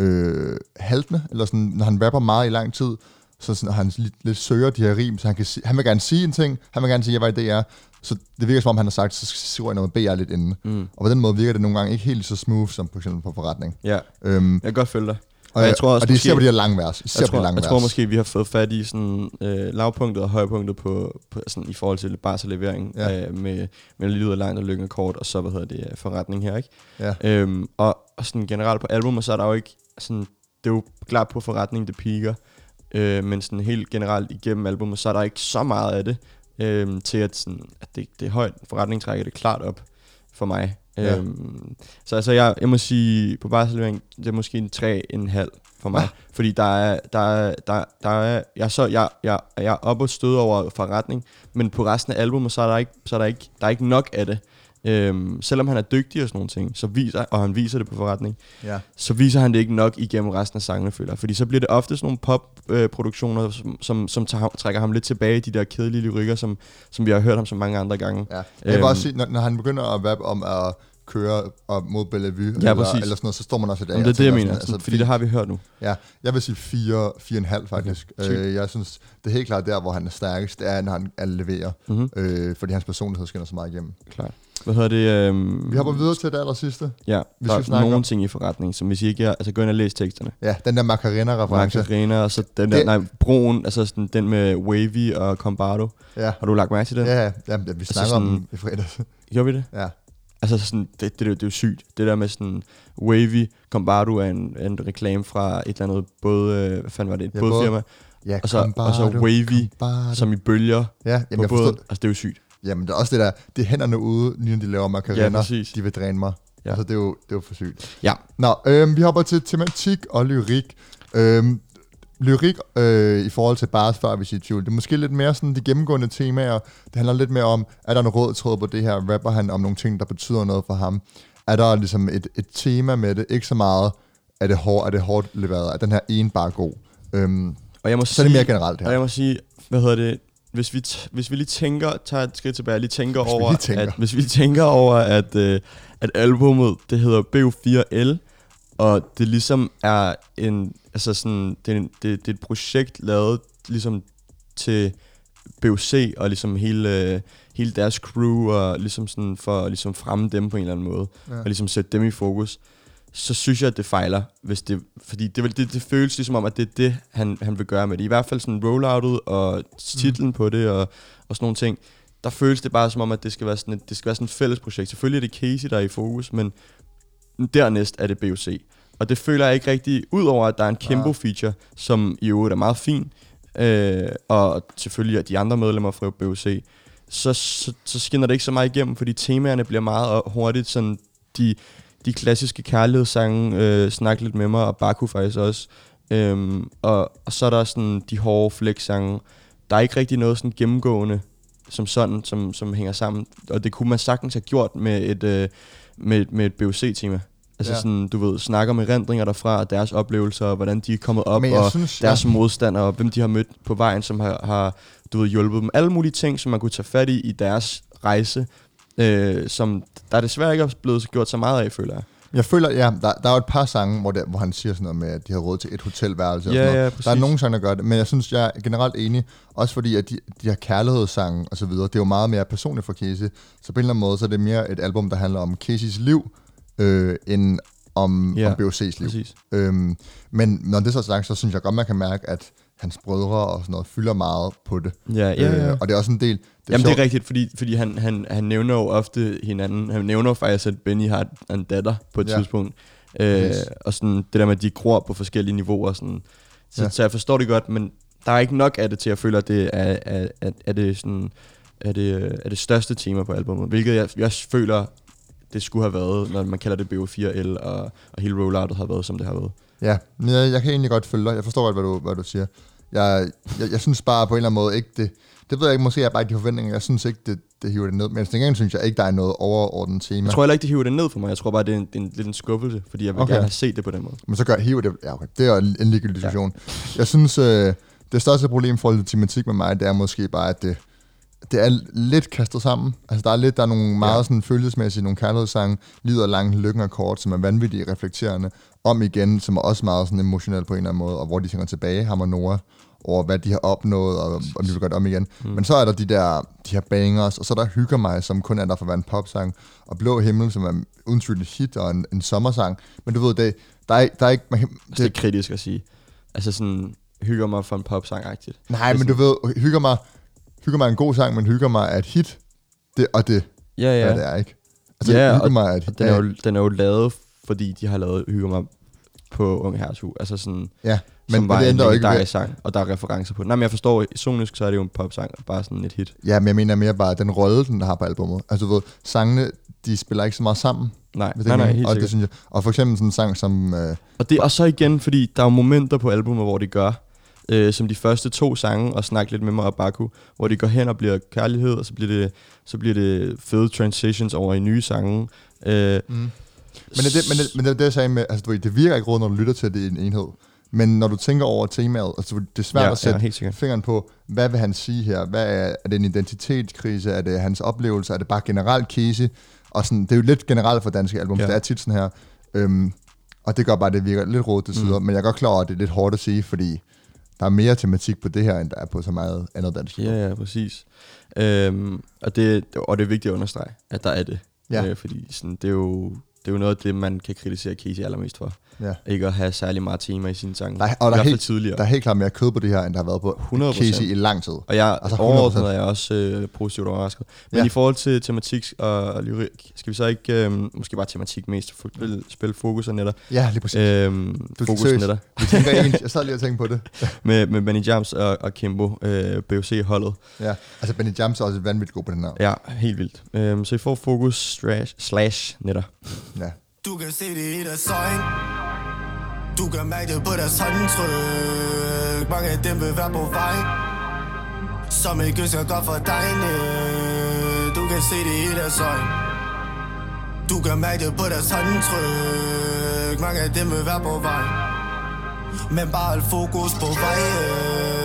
øh, haltende, eller sådan, når han rapper meget i lang tid, så sådan, han lidt, lidt søger de her rim, så han, kan si- han vil gerne sige en ting, han vil gerne sige, at jeg var i D R, så det virker som om, han har sagt, så skriver jeg noget B R lidt inden. Mm. Og på den måde virker det nogle gange ikke helt så smooth, som for eksempel på forretning. Ja, Øhm, jeg kan godt følge dig. og, jeg tror også og det er især måske- på de her lange vers. Især Jeg på de tror, lange jeg vers. tror måske, vi har fået fat i sådan, øh, lavpunktet og højpunktet på, på sådan, i forhold til bars og levering, Ja. øh, med, med livet er langt og lykken er kort, og så hvad hedder det, forretning her, ikke? Ja. Øhm, og, og sådan generelt på albumet, så er der jo ikke sådan, det er jo klart på forretning, det piker, øh, men sådan helt generelt igennem albumet, så er der ikke så meget af det, øh, til at, sådan, at det, det er højt, forretning trækker det klart op for mig. Ja. Øhm, så altså, jeg, jeg må sige, på bars og levering, det er måske en tre komma fem for mig, Hva? fordi der er, der er, der, der er, jeg, så, jeg, jeg, jeg er oppe og støde over forretning, men på resten af albumet, så er der ikke, så er der ikke, der er ikke nok af det. Øhm, selvom han er dygtig og sådan nogle ting, så viser, og han viser det på forretning, Ja. så viser han det ikke nok igennem resten af sangene, føler jeg. Fordi så bliver det ofte sådan nogle pop-produktioner, øh, som, som, som tager, ham- trækker ham lidt tilbage i de der kedelige lyrikker, som, som vi har hørt ham så mange andre gange. Ja. Jeg vil bare Øhm. sige, når, når han begynder at rappe om at køre op mod Bellevue, Ja, eller, præcis. eller sådan noget, så står man også i dag. Jamen, det er og det, jeg tænker mener, sådan, altså, altså, fordi det har vi hørt nu. Ja, jeg vil sige fire, fire og en halv faktisk. Okay, Okay, øh, jeg synes, det er helt klart der, hvor han er stærkest, det er, når han er leverer. Mm-hmm. Øh, fordi hans personlighed skinner så meget igennem. Klart. Hvad hedder det? Øhm, Vi hopper videre til det aller sidste. Ja, Hvis der vi er snakker- nogle ting i forretning, som hvis I ikke er, altså gå ind og læs teksterne. Ja, den der Macarena-reference. Macarena, og så den der, Det- nej, broen, altså sådan, den med Wavy og Combardo. Ja, Har du lagt mærke til den? ja, ja, ja, vi snakker sådan- om den i fredags. Gjorde vi det? Ja, Altså sådan, det, det, det, det er jo sygt. Det der med sådan, Wavy, Combardo er en, en reklame fra et eller andet både, øh, hvad fanden var det, et Ja, bådfirma, ja, og så, og så Combardo, Wavy, Combardo. som i bølger Ja, jamen, på jeg båden. forstår. Altså det er jo sygt. Jamen, det er også det der, det er hænderne ude, lige når de laver Ja, Macarena, præcis. de vil dræne mig. Ja. Ja. Altså, det er jo, det er jo for sygt. Ja. Nå, øhm, vi hopper til tematik og lyrik. Øhm, lyrik øh, i forhold til bars, før vi siger tvivl. Det er måske lidt mere sådan de gennemgående temaer. Det handler lidt mere om, er der en rød tråd på det her? Rapper han om nogle ting, der betyder noget for ham? Er der ligesom et, et tema med det? Ikke så meget, er det, hår, er det hårdt leveret? Er den her en bare god? Øhm, Og jeg må så er det sige- mere generelt her. Og jeg må sige, hvad hedder det, hvis vi, t- hvis vi lige tænker, tager et skridt tilbage, lige tænker Hvis vi over, lige tænker. at hvis vi tænker over, at, øh, at albumet, det hedder B O fire L, og det ligesom er en, altså sådan, det er, en, det, det er et projekt lavet ligesom til B O C og ligesom hele, øh, hele deres crew, og ligesom sådan for at ligesom fremme dem på en eller anden måde, Ja. og ligesom sætte dem i fokus, så synes jeg, at det fejler, hvis det, fordi det, vil- det, det føles ligesom om, at det er det, han, han vil gøre med det. I hvert fald sådan rolloutet og titlen mm. på det og, og sådan nogle ting. Der føles det bare som om, at det skal være sådan et, det skal være sådan et fælles projekt. Selvfølgelig er det Casey, der er i fokus, men dernæst er det B O C. Og det føler jeg ikke rigtig, udover at der er en Kimbo feature, som i øvrigt er meget fin, øh, og selvfølgelig er de andre medlemmer fra B O C, så, så, så skinner det ikke så meget igennem, fordi temaerne bliver meget hurtigt sådan, de, de klassiske kærlighedssange, øh, Snak lidt med mig, og Baku faktisk også, øhm, og, og så er der sådan de hårde flex-sange. Der er ikke rigtig noget sådan gennemgående, som sådan, som, som hænger sammen, og det kunne man sagtens have gjort med et, øh, med, med et B O C-tema. Altså Ja. sådan, du ved, snakker med erindringer derfra, og deres oplevelser, og hvordan de er kommet op, Men jeg og synes, deres ja. modstandere, og hvem de har mødt på vejen, som har, har du ved, hjulpet dem. Alle mulige ting, som man kunne tage fat i i deres rejse, øh, som der desværre ikke er blevet gjort så meget af, føler jeg. Jeg føler, ja, der, der er jo et par sange, hvor, det, hvor han siger sådan noget med, at de har råd til et hotelværelse og Ja, sådan noget. ja, Der præcis. er nogle sange, der gør det, men jeg synes, jeg er generelt enig, også fordi, at de, de her kærlighedssange og så videre, det er jo meget mere personligt for Casey, så på en eller anden måde, så er det mere et album, der handler om Caseys liv, øh, end om, Ja, om B O C's liv. Præcis. Øhm, men når det så er sagt, så synes jeg godt, man kan mærke, at hans brødre og sådan noget fylder meget på det. Ja, ja, ja. Øh, og det er også en del... Det er Jamen sjovt. det er rigtigt, fordi, fordi han, han, han nævner jo ofte hinanden. Han nævner faktisk, at Benny har en datter på et Ja. tidspunkt. Øh, og sådan det der med, at de gror på forskellige niveauer. Sådan. Så, Ja. så jeg forstår det godt, men der er ikke nok af det til at føle, at det er, er, er, er, det sådan, er, det, er det største tema på albumet. Hvilket jeg, jeg også føler, det skulle have været, når man kalder det B O fire L, og, og hele rolloutet har været, som det har været. Ja, men jeg, jeg kan egentlig godt følge dig. Jeg forstår godt, hvad du, hvad du siger. Jeg, jeg, jeg synes bare på en eller anden måde ikke det... Det ved jeg ikke, måske er bare ikke de forventninger. Jeg synes ikke, det, det hiver det ned. Men til gengæld synes jeg ikke, der er noget overordnet tema. Jeg tror heller ikke, det hiver det ned for mig. Jeg tror bare, det er en, det er en, lidt en skuffelse, fordi jeg vil Okay. gerne have set det på den måde. Men så gør hiver det... Ja, okay. Det er jo en, en ligegyldig diskussion. Ja. Jeg synes, øh, det største problem i forhold til tematik med mig, det er måske bare, at det, det er lidt kastet sammen. Altså, der er lidt, der er nogle meget Ja. sådan følelsesmæssige, nogle kærlighedssange, livet er langt, lykken er kort, som er vanvittigt reflekterende, om igen, som er også meget sådan emotionelt på en eller anden måde, og hvor de tænker tilbage, ham og Noah, over hvad de har opnået, og, og de vil gøre det om igen. Mm. Men så er der de der de her bangers, og så er der Hygger mig, som kun er der for at være en popsang, og Blå Himmel, som er uden tvivl et hit og en, en sommersang. Men du ved, det, der, er, der er ikke... Man kan, Det, det er kritisk at sige. Altså sådan, hygger mig for en popsang-agtigt. nej, det men sådan, du ved, Hygger mig, Hygger mig er en god sang, men Hygger mig er et hit, det, og det, Ja, ja. hvad det er, ikke? Altså, Ja, Hygger og- mig er et Og hit. den er, jo, den er jo lavet, fordi de har lavet Hygger mig på Unge Hertug. Altså sådan, Ja, men, men, som var men det en ændrer jo ikke ved, legendarisk sang, og der er referencer på den. Nej, men jeg forstår, sonisk så er det jo en popsang, og bare sådan et hit. ja, men jeg mener mere bare den rolle, den har på albumet. Altså, du ved, sangene, de spiller ikke så meget sammen. Nej, Hvis nej, det er nej, meningen. helt og det sikkert. synes jeg. Og for eksempel sådan en sang som... Øh, Og, det, og så igen, fordi der er jo momenter på albumet, hvor de gør, øh, som de første to sange, og Snak lidt med mig og Baku, hvor de går hen og bliver kærlighed, og så bliver det, så bliver det fede transitions over i nye sange. Øh, mm. Men det, er det, men, det, men det er det, jeg sagde med, altså du ved, det virker ikke råd, når du lytter til det i en enhed. Men når du tænker over temaet, altså det er svært Ja, at sætte ja, helt sikkert. fingeren på, hvad vil han sige her? Hvad er, er det en identitetskrise? Er det hans oplevelse? Er det bare generelt krise? Og sådan, det er jo lidt generelt for danske album, Ja. det er tit sådan her. Øhm, og det gør bare, at det virker lidt råd til sider. Mm. Men jeg er godt klar over, at det er lidt hårdt at sige, fordi der er mere tematik på det her, end der er på så meget andet dansk. Ja, ja, præcis. Øhm, og, det, og det er vigtigt at understrege, at der er det. Ja. Øh, fordi sådan, det, er jo, det er jo noget af det, man kan kritisere Casey allermest for. Ja. Ikke at have særlig meget tema i sine sange. Der er, I og der er, hvert fald helt, tidligere. der er helt klart mere kød på det her, end der har været på hundrede procent. Casey i lang tid. Og jeg, Altså altså hundrede overordnet procent. er jeg også øh, positivt overrasket. Men Ja. i forhold til tematik og lyrik, skal vi så ikke, øh, måske bare tematik mest, spille, spille fokus og netter. Ja, lige præcis. Øh, Du er fokus seriøs. netter. Vi tænker ens. Jeg sad lige og tænkte på det. Med, med Benny Jams og, og Kimbo, øh, B O C-holdet. Ja, altså Benny Jams er også vanvittigt god på den her. Ja, helt vildt. Øh, så I får fokus slash, slash netter. Ja. Du kan se det i deres øjne. Du kan mærke det på deres håndtryk. Mange af dem vil være på vej, som ikke ønsker godt for dig. næh. Du kan se det i deres øjne. Du kan mærke det på deres håndtryk. Mange af dem vil være på vej, men bare hold fokus på vejen.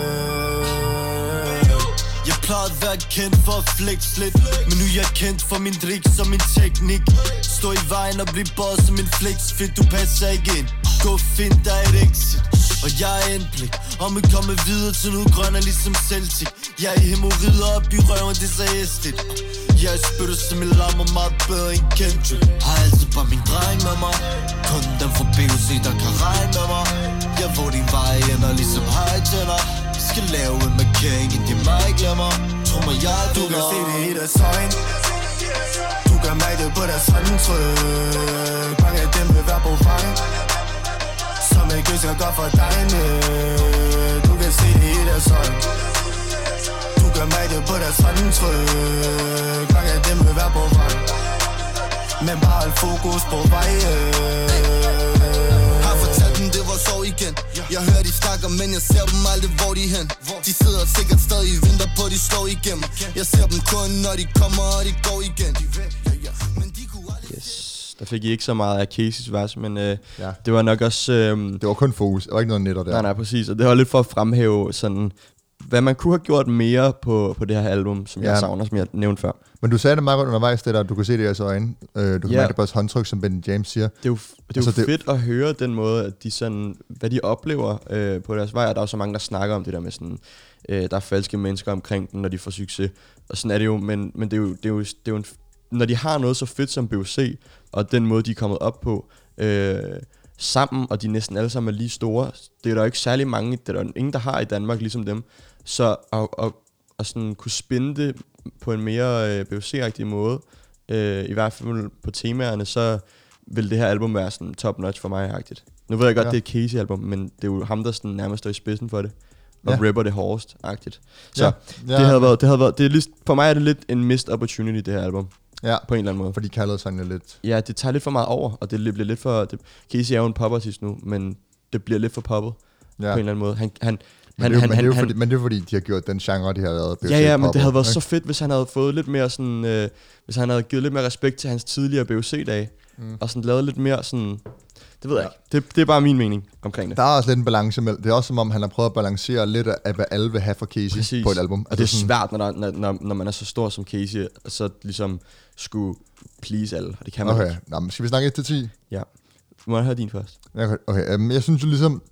Jeg plejede at være kendt for at flex lidt, men nu er jeg kendt for min drik som min teknik. Stå i vejen og blive boss som en flex fit. Du passer ikke ind, gå find dig et exit. Og jeg er indblik, og vi kommer videre til noget grønner ligesom Celtic. Jeg er i hemorrider op i røven, det er så æstigt. Jeg er spytter som en lammer, meget bedre end Kendrick. Har altid bare min dreng med mig, kun dem fra B O C, der kan regne med mig. Jeg hvor din vej ender ligesom high-tenor. Skal lave en markering, indtil mig glemmer. Tro mig, jeg er du kan se det i deres øjne. Du kan mærke det på deres håndtryk. Mange af dem vil være på vej, som ikke ønsker godt for dig. næh. Du kan se det i deres øjne. Du kan mærke det på deres håndtryk. Mange af dem vil være på vej, men bare hold fokus på vejen. Har fortalt dem, det var så igen. Jeg hører de snakker, men jeg ser dem aldrig, hvor de hen. De sidder sikkert stadig i vinter på, de slår igennem. Jeg ser dem kun, når de kommer, og de går igen. Men de kunne aldrig... Yes. Der fik I ikke så meget af Caseys vers, men øh, Ja. det var nok også... Øh, Det var kun fokus. Der var ikke noget netter der. nej, nej, præcis. Og det var lidt for at fremhæve sådan... Hvad man kunne have gjort mere på, på det her album, som ja. Ja. jeg savner, som jeg nævnte før. Men du sagde det meget godt undervejs, det der, du kunne se det i jeres øjne. Øh, du kan Ja. mærke det på jeres håndtryk, som Ben James siger. Det er jo, det er Altså, jo det- fedt at høre den måde, at de sådan, hvad de oplever øh, på deres vej, og der er jo så mange, der snakker om det der med sådan, øh, der er falske mennesker omkring dem, når de får succes, og sådan er det jo, men, men det er jo, det er jo, det er jo en, når de har noget så fedt som B O C, og den måde, de er kommet op på, øh, sammen, og de næsten alle sammen er lige store. Det er der ikke særlig mange, det er der ingen, der har i Danmark, ligesom dem. Så at, at, at sådan kunne spinde det på en mere øh, B O C-agtig måde, øh, i hvert fald på temaerne, så vil det her album være sådan top-notch for mig-agtigt. Nu ved jeg godt, ja. det er et Casey-album, men det er jo ham, der sådan nærmest står i spidsen for det. Og ja. rapper det hårdest-agtigt. Så ja. Ja. det havde været, det havde været, det er lidt, for mig er det lidt en missed opportunity, det her album. Ja, på en eller anden måde. Fordi kaldet sådan lidt... Ja, det tager lidt for meget over, og det bliver lidt for... Det, Casey er jo en popartist nu, men det bliver lidt for poppet ja. på en eller anden måde. Han, han, men, han, det er, han, men, det er jo han, fordi, men det er fordi, de har gjort den genre, de har lavet. Ja, ja, men det havde været okay. så fedt, hvis han havde fået lidt mere sådan... Øh, hvis han havde givet lidt mere respekt til hans tidligere B O C-dage, mm. og sådan lavet lidt mere sådan... Det ved jeg ja. ikke. Det, det er bare min mening omkring det. Der er også lidt en balance mellem. Det er også som om, han har prøvet at balancere lidt af, hvad alle vil have fra Casey Præcis. på et album. Og altså det er sådan svært, når, der, når, når man er så stor som Casey, så ligesom skulle please alle. Og det kan man okay. ikke. Nå, men skal vi snakke et til ti? Ja. Må jeg høre din først? Okay, okay. Um, jeg synes jo ligesom...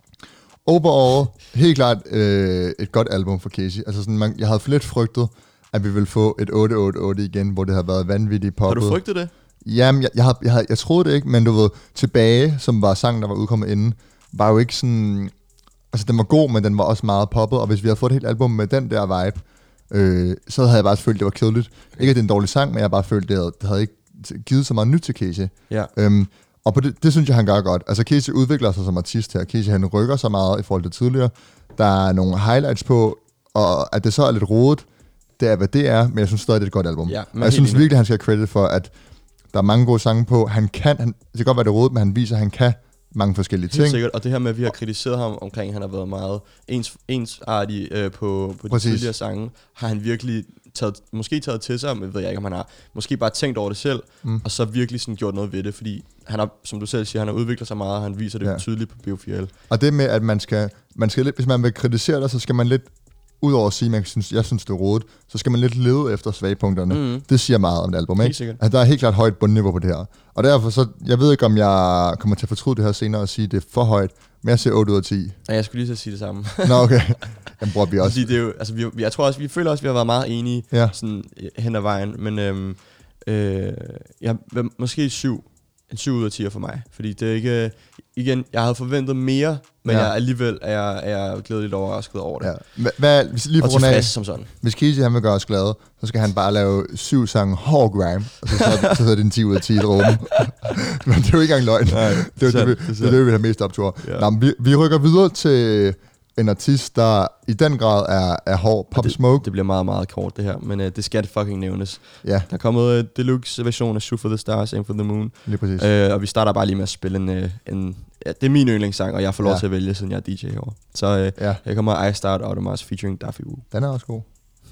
Overall, helt klart øh, et godt album for Casey. Altså sådan, man, jeg havde lidt frygtet, at vi ville få et otte otte otte igen, hvor det har været vanvittigt poppet. Har du frygtet det? Jamen, jeg, jeg, havde, jeg, havde, jeg troede det ikke, men du ved, Tilbage, som var sangen, der var udkommet inden, var jo ikke sådan... Altså, den var god, men den var også meget poppet, og hvis vi havde fået et helt album med den der vibe, øh, så havde jeg bare følt, det var kedeligt. Ikke, at det er en dårlig sang, men jeg havde bare følt, det havde, det havde ikke givet så meget nyt til Casey. Ja. Øhm, og på det, det synes jeg, han gør godt. Altså, Casey udvikler sig som artist her. Casey, han rykker så meget i forhold til tidligere. Der er nogle highlights på, og at det så er lidt rodet, det er, hvad det er, men jeg synes stadig, det er et godt album. Ja, og jeg synes virkelig, han skal have credit for, at der er mange gode sange på. Han kan, han, det kan godt være det rodet, men han viser, at han kan mange forskellige ting. Helt sikkert, og det her med, at vi har kritiseret ham omkring, at han har været meget ens, ensartig øh, på, på de Præcis. tidligere sange, har han virkelig taget, måske taget til sig, men ved jeg ikke, om han har måske bare tænkt over det selv, mm. og så virkelig sådan gjort noget ved det, fordi han har, som du selv siger, han har udviklet sig meget, og han viser det ja. tydeligt på B O fire L. Og det med, at man skal, man skal lidt, hvis man vil kritisere dig, så skal man lidt, udover at sige, at man synes, jeg synes, det er rodet, så skal man lidt lede efter svagpunkterne. Mm. Det siger meget om det album, ikke? Altså, der er helt klart højt bundniveau på det her. Og derfor så, jeg ved ikke, om jeg kommer til at fortryde det her senere og sige, at det er for højt, men jeg siger otte ud af ti. Ja, jeg skulle lige så sige det samme. Nå, okay. Jamen, bruger vi også. Fordi det er jo, altså, vi, jeg tror også, vi føler også, at vi har været meget enige ja. sådan, hen ad vejen, men øhm, øh, jeg, måske syv. En syv ud af ti for mig, fordi det er ikke... Igen, jeg havde forventet mere, men ja. jeg alligevel er jeg, er jeg glædeligt overrasket over det. Ja. Hva, hvad, hvis, lige og tilfreds som sådan. Hvis Casey han vil gøre os glade, så skal han bare lave syv sange hård grime, og så, så, så hedder det en ti ud af ti i dråben. Men det er jo ikke engang løgn. Nej, det er det, det, det, det, det, vi vil have mest optur. Ja. Nå, vi, vi rykker videre til en artist, der i den grad er, er hård. Pop det, Smoke. Det bliver meget, meget kort det her, men uh, det skal det fucking nævnes. Ja. Der er kommet uh, deluxe version af Shoot for the Stars, Aim for the Moon. Lige præcis. Uh, og vi starter bare lige med at spille en... Uh, en ja, det er min yndlingssang, og jeg får lov ja. til at vælge, siden jeg er D J herovre. Så uh, ja. her kommer I Start Audemars featuring Daffy Woo. Den er også god.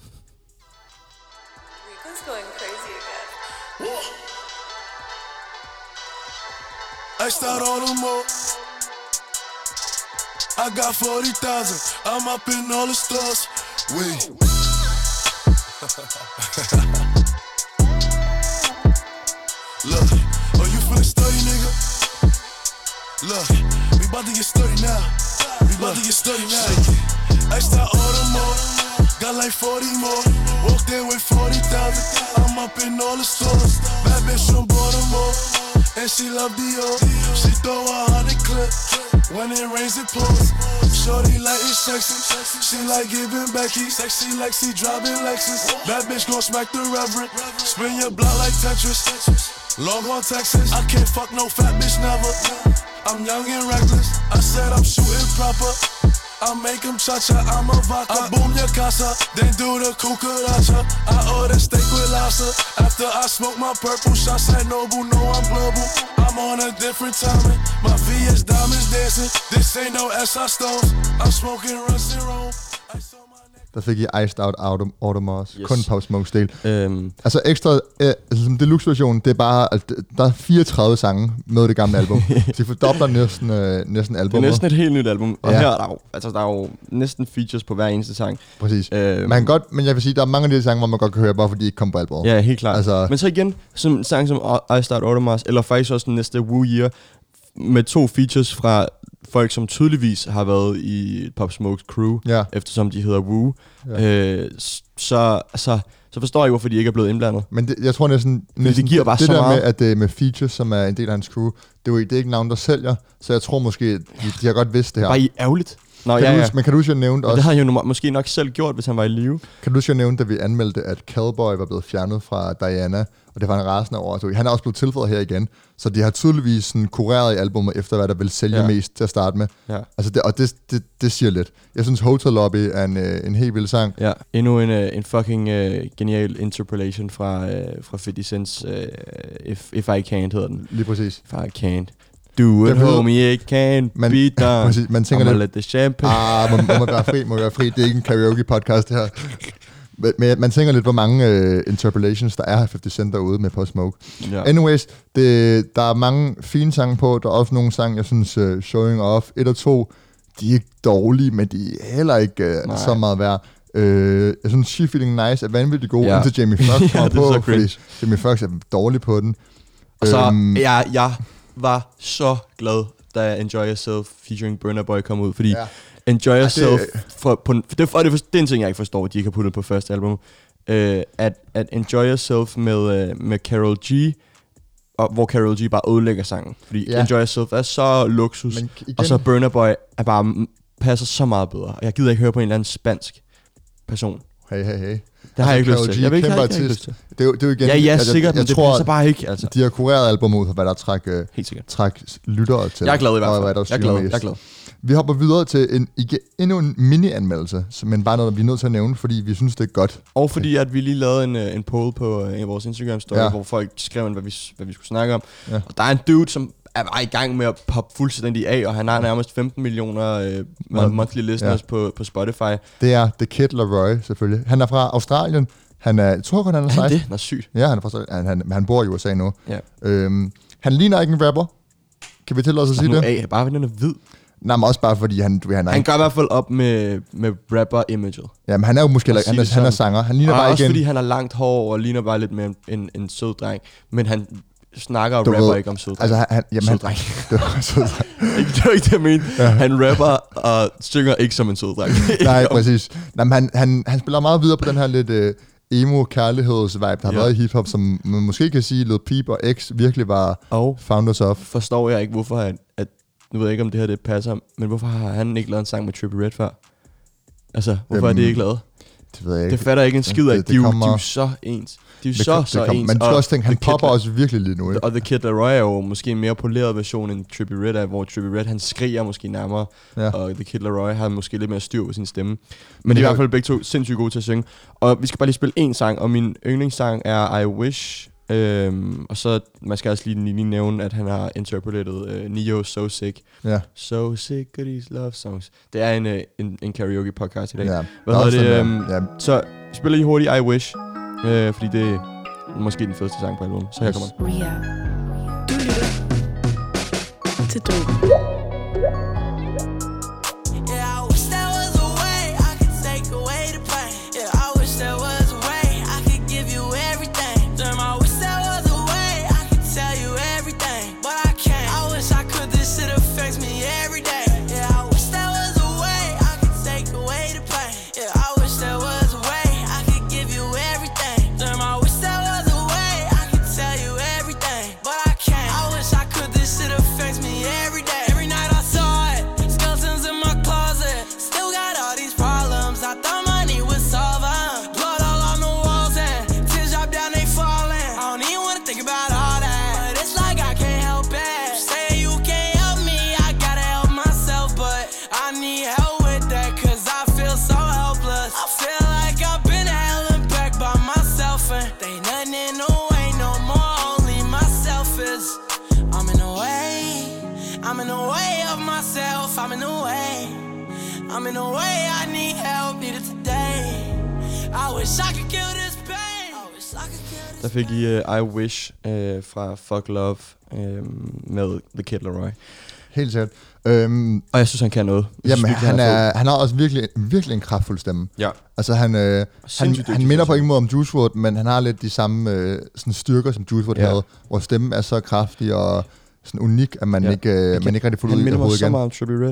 I start Audemars. I got forty thousand, I'm up in all the stores. Wait. Look, oh you finna study, nigga? Look, we bout to get sturdy now. We bout to get sturdy now. I start Audemars, got like forty more. Walked in with forty thousand, I'm up in all the stores. Bad bitch from Baltimore, and she love Dior. She throw a hundred clips. When it rains, it pours. Shorty like it's sexy. She like giving Becky. Sexy like she driving Lexus. Bad bitch gon' smack the reverend. Spin your block like Tetris. Longhorn, Texas. I can't fuck no fat bitch never. I'm young and reckless. I said I'm shooting proper. I make him cha-cha, I'm a vodka. I boom your casa, then do the cucaracha. I order steak with lobster. After I smoke my purple shots at Noble, know I'm global. I'm on a different timing. My V S diamonds dancing. This ain't no S I stones. I'm smoking Russ and Rome. Der fik I Iced Out Audemars. Yes. Kun Pop Smoke-stil. Um. Altså ekstra, øh, altså som deluxe-version, det er bare, altså, der er fireogtredive sange med det gamle album. Så de fordobler næsten, øh, næsten albumet. Det er næsten et helt nyt album. Og ja. her er der jo, altså, der er jo næsten features på hver eneste sang. Præcis. Um. Man kan godt, men jeg vil sige, der er mange af de sange, hvor man godt kan høre, bare fordi de ikke kommer på albumet. Ja, helt klart. Altså, men så igen, som sang som Iced Out Audemars, eller faktisk også den næste Woo Year, med to features fra folk, som tydeligvis har været i Pop Smokes crew, ja. eftersom de hedder Woo. Ja. Øh, så, så, så så forstår jeg ikke, hvorfor de ikke er blevet indblandet. Men det, jeg tror næsten, næsten det giver bare det så der meget. med, at det med features, som er en del af hans crew, det er jo det er ikke navn, der sælger, så jeg tror måske, de, de har godt vidst det her. Bare I ærgerligt. Nå, kan ja, du, ja. huske- Men kan du huske, jeg nævnte Og det også, havde han jo måske nok selv gjort, hvis han var i live. kan du huske, jeg nævnte, da vi anmeldte, at Cowboy var blevet fjernet fra Diana, og det var en rasende over. Så han er også blevet tilføjet her igen, så de har tydeligvis sådan kureret i albumet efter, hvad der vil sælge Ja. mest til at starte med. Ja. Altså det, og det, det, det siger lidt. Jeg synes, Hotel Lobby er en, øh, en helt vild sang. Ja, endnu en, uh, en fucking uh, genial interpolation fra, uh, fra halvtreds Cent's uh, if, if I Can't hedder den. Lige præcis. If I Can't do it, Det ved- homie, it can't Man- be done. præcis, man tænker I'ma lidt- let the champagne. Ah, må, må man være fri, må man være fri. Det er ikke en karaoke-podcast, det her. Men- Men man tænker lidt, hvor mange øh, interpolations, der er af halvtreds Cent derude med Post Smoke. Ja. Anyways, det, der er mange fine sange på. Der er også nogle sange, jeg synes, uh, Showing Off et og to, de er ikke dårlige, men de er heller ikke uh, så meget værd. Uh, jeg synes, She Feeling Nice er vanvittigt god, Ja. indtil Jamie Foxx Ja, kommer det er på, så fordi cringe. Jamie Foxx er dårlig på den. Og så, Øhm, jeg, jeg var så glad, da Enjoy Yourself featuring Burna Boy kom ud, fordi Ja. Enjoy Yourself, det- for, på, for det, for det, det er en ting, jeg ikke forstår, at de ikke har puttet på første album, uh, at, at Enjoy Yourself med, uh, med Karol G, og hvor Karol G bare ødelægger sangen, fordi Ja. Enjoy Yourself er så luksus, Men igen, og så Burna Boy er bare, passer så meget bedre, og jeg gider ikke høre på en eller anden spansk person. hey, hey, hey. Det har jeg ikke lyst Karol til. G, Jeg vil ikke, kæmpe jeg har ikke, jeg har ikke artist. lyst til. Det er jo, det er jo igen... Ja, ja, altså, sikkert, jeg men det tror, passer bare ikke, altså. de har kureret albumet ud fra, hvad der træk, øh, Helt sikkert. træk lyttere til. Jeg er glad i hvert og fald. hvad der Jeg er synger glad, mest. jeg er glad. Vi hopper videre til en, igen, endnu en mini-anmeldelse, men bare noget, vi er nødt til at nævne, fordi vi synes, det er godt. Og fordi at vi lige lavede en, øh, en poll på uh, vores Instagram-story, Ja. ja. hvor folk skrev, ind, hvad vi, hvad vi skulle snakke om. Ja. Og der er en dude, som er bare i gang med at poppe fuldstændig af, og han har nærmest femten millioner uh, Mon- monthly listeners ja. på, på Spotify. Det er The Kid Laroi, selvfølgelig. Han er fra Australien. Han er, jeg tror kun, han er Er han seksten. det? Nå, sygt. Ja, han er fra han, han, han bor i U S A nu. Ja. Øhm, han ligner ikke en rapper. Kan vi tillade os at sige Nu det? af, bare fordi han er hvid. Nej, men også bare fordi han, du, ved, han er Han ikke... gør i hvert fald op med, med rapper-imaget. Jamen, han er jo måske... Lad os Heller, han, sige er, det han er sådan. sanger. Han ligner Og bare også ikke fordi en... han har langt hår og ligner bare lidt mere en, en, en sød dreng. Men han snakker og Du rapper ved, ikke om sød dreng. Altså, han, jamen, Sød han, dreng. det var sød dreng. Ikke- det var ikke det, jeg mente. Ja. Han rapper og synger ikke som en sød dreng. Nej, præcis. Nej, men han, han, han spiller meget videre på den her lidt øh, emo-kærlighedsvibe, der har Ja. været i hiphop, som man måske kan sige, Lil Peep og X virkelig var Og founders of. forstår jeg ikke, hvorfor han, at, nu ved jeg ikke, om det her det passer, men hvorfor har han ikke lavet en sang med Trippie Redd før? Altså, hvorfor Øhm, er det ikke lavet? Det ved jeg Det ikke. fatter jeg ikke en skid af. det- De, er jo- det de er kommer- jo så ens. De er jo Det så, kom- det så kom- ens. Man skal Og også tænke, han The Kid popper Laroi- også virkelig lige nu, ikke? Og The Kid Laroi er jo måske en mere poleret version end Trippie Redd er, hvor Trippie Redd han skriger måske nærmere, Ja. og The Kid Laroi har måske lidt mere styr på sin stemme. Men, Men de er i det hvert fald begge to sindssygt gode til at synge. Og vi skal bare lige spille en sang, og min yndlingssang er I Wish. Øhm, og så, man skal også lige, lige nævne, at han har interpreted uh, Neo So Sick. Ja, So sick of these love songs. Det er en, øh, en, en karaoke podcast i dag. ja. Hvad Der er hedder også det? den Øhm, der- ja. Så vi spiller lige hurtigt I Wish, øh, fordi det er måske den fedeste sang på albumet. Så her kommer den. Ria. Du lytter til Drogen. Yeah, I wish there was a way I could take away the pain. Yeah, I wish there was a way I could give you everything. Damn, I wish there was a way I could tell you everything, but I can't. I wish I could. This shit affects me every day. Yeah, I wish there was a way I could take away the pain. Yeah, I wish there was a way I could give you everything. Damn, I wish there was a way I could tell you everything, but I can't. I wish I could. This shit affects me every day. Every night I saw it. Skeletons in my closet. Still got all these problems. I thought money would solve them. Blood all on the walls and tears drop down, they falling. I don't even wanna think about all that, but it's like I can't help it. Say you can't help me, I gotta help myself, but I need help with that, cause I feel so helpless. I feel like I've been held back by myself, and they nothing in the way no more, only myself is. I'm in the way, I'm in the way of myself, I'm in the way. I'm in the way, I need help, need it today. I wish I could kill this pain. I wish I could kill this Der fik I uh, I Wish uh, fra Fuck Love uh, med The Kid Laroi. Helt sikkert. Øhm, Og jeg synes, han kan noget. Jeg jamen, synes, virkelig, han, fed. er, han har også virkelig, virkelig en kraftfuld stemme. Ja. Altså, han, øh, han, Sindssygt han dygtig minder til på at ingen måde om Juice world, men han har lidt de samme øh, sådan styrker, som Juice world Ja. havde, hvor stemmen er så kraftig og sådan unik, at man, Ja. ikke, øh, man ikke rigtig får ud Han i minder mig hovedet så igen. meget om Trippie Redd.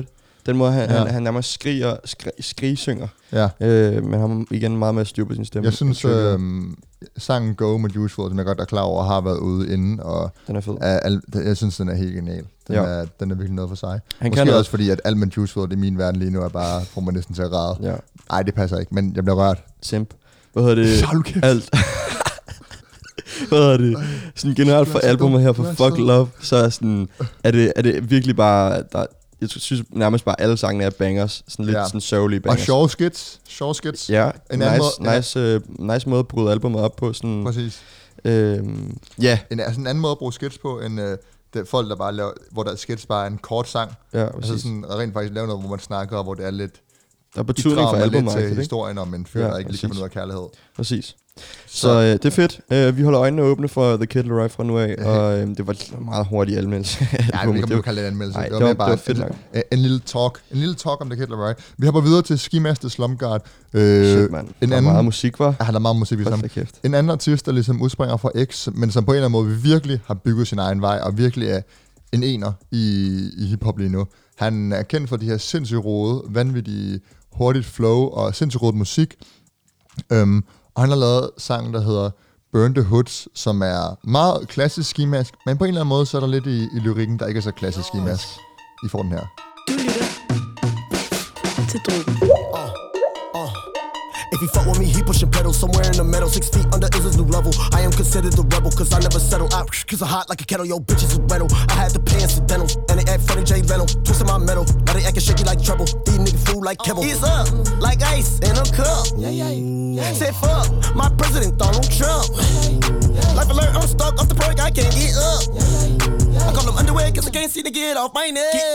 Den måde, han, Ja. han, han nærmest skriger, skri, skrigsynger. Ja. Øh, men han har igen meget mere styr på sin stemme. Jeg synes, Trigger. øh, sangen Go med Juice world, som jeg godt er klar over, har været ude inden, og Den er fed. er, al, jeg synes, den er helt genial. Den, Ja. er, den er virkelig noget for sig. Han Måske kan noget. også fordi, at alt med Juice world i min verden lige nu er bare, får man næsten til at græde. Ja. Ej, det passer ikke, men jeg bliver rørt. Simp. Hvad hedder det? Hold kæft. Alt. Hvad hedder det? Sådan generelt for albumet her for Fuck Love, så er, sådan, er, det, er det virkelig bare... Der, jeg synes nærmest bare, alle sangene er bangers. Sådan lidt Ja. sådan sørgelige Og bangers. sjove skits. Sjove skits. Ja, En en anden nice, måde- nice, uh, nice måde at bryde albumet op på. Sådan, Præcis. øhm, ja, En, altså en anden måde at bruge skits på, end øh, det, folk, der bare laver, hvor der er skits bare er en kort sang. ja, Altså præcis. sådan rent faktisk lave noget, hvor man snakker, og hvor det er lidt... Der er betydning for bidrager lidt albumet, til ikke? historien om en fyr, Ja, der ikke lige kan præcis. finde ud af kærlighed. Præcis. Så øh, det er fedt. Øh, vi holder øjnene åbne for The Kid Laroi fra nu af, Ja. og øh, det var en meget hurtig anmeldelse. af Ja, vi albumet. kan Det ikke kalde det en anmeldelse. Nej, det var, det var- mere bare det var fedt en, nok. en, en lille talk. En lille talk om The Kid Laroi. Vi hopper videre til Ski Master Slumguard. Øh, Shit, man. en Der er anden- meget musik, var. Ja, han har meget musik i Hold sammen. da kæft. En anden artist, der ligesom udspringer fra X, men som på en eller anden måde virkelig har bygget sin egen vej, og virkelig er en ener i, i hiphop lige nu. Han er kendt for de her sindssygt rode, vanvittige, hurtigt flow og sindssygt rodet musik. Um, og han har lavet sang, der hedder Burn the Hoods, som er meget klassisk skimask, men på en eller anden måde, så er der lidt i, i lyrikken, der ikke er så klassisk skimask. I får den her. Du lytter til Drogen. If he fuck with me, he pushing pedals somewhere in the middle. Six feet under is his new level. I am considered the rebel, cause I never settle out. Cause I'm hot like a kettle, yo, bitches is rental. I had to pay incidentals, and they act funny, Jay Leno. Twisting my metal, now they acting shaky like treble. These niggas fool like Kevin. He's up, like ice in a cup. Yeah, yeah, yeah. Said fuck, my president, Donald Trump. Life alert, I'm stuck off the perk, I can't get up. I call them underwear, cause I can't see to get off my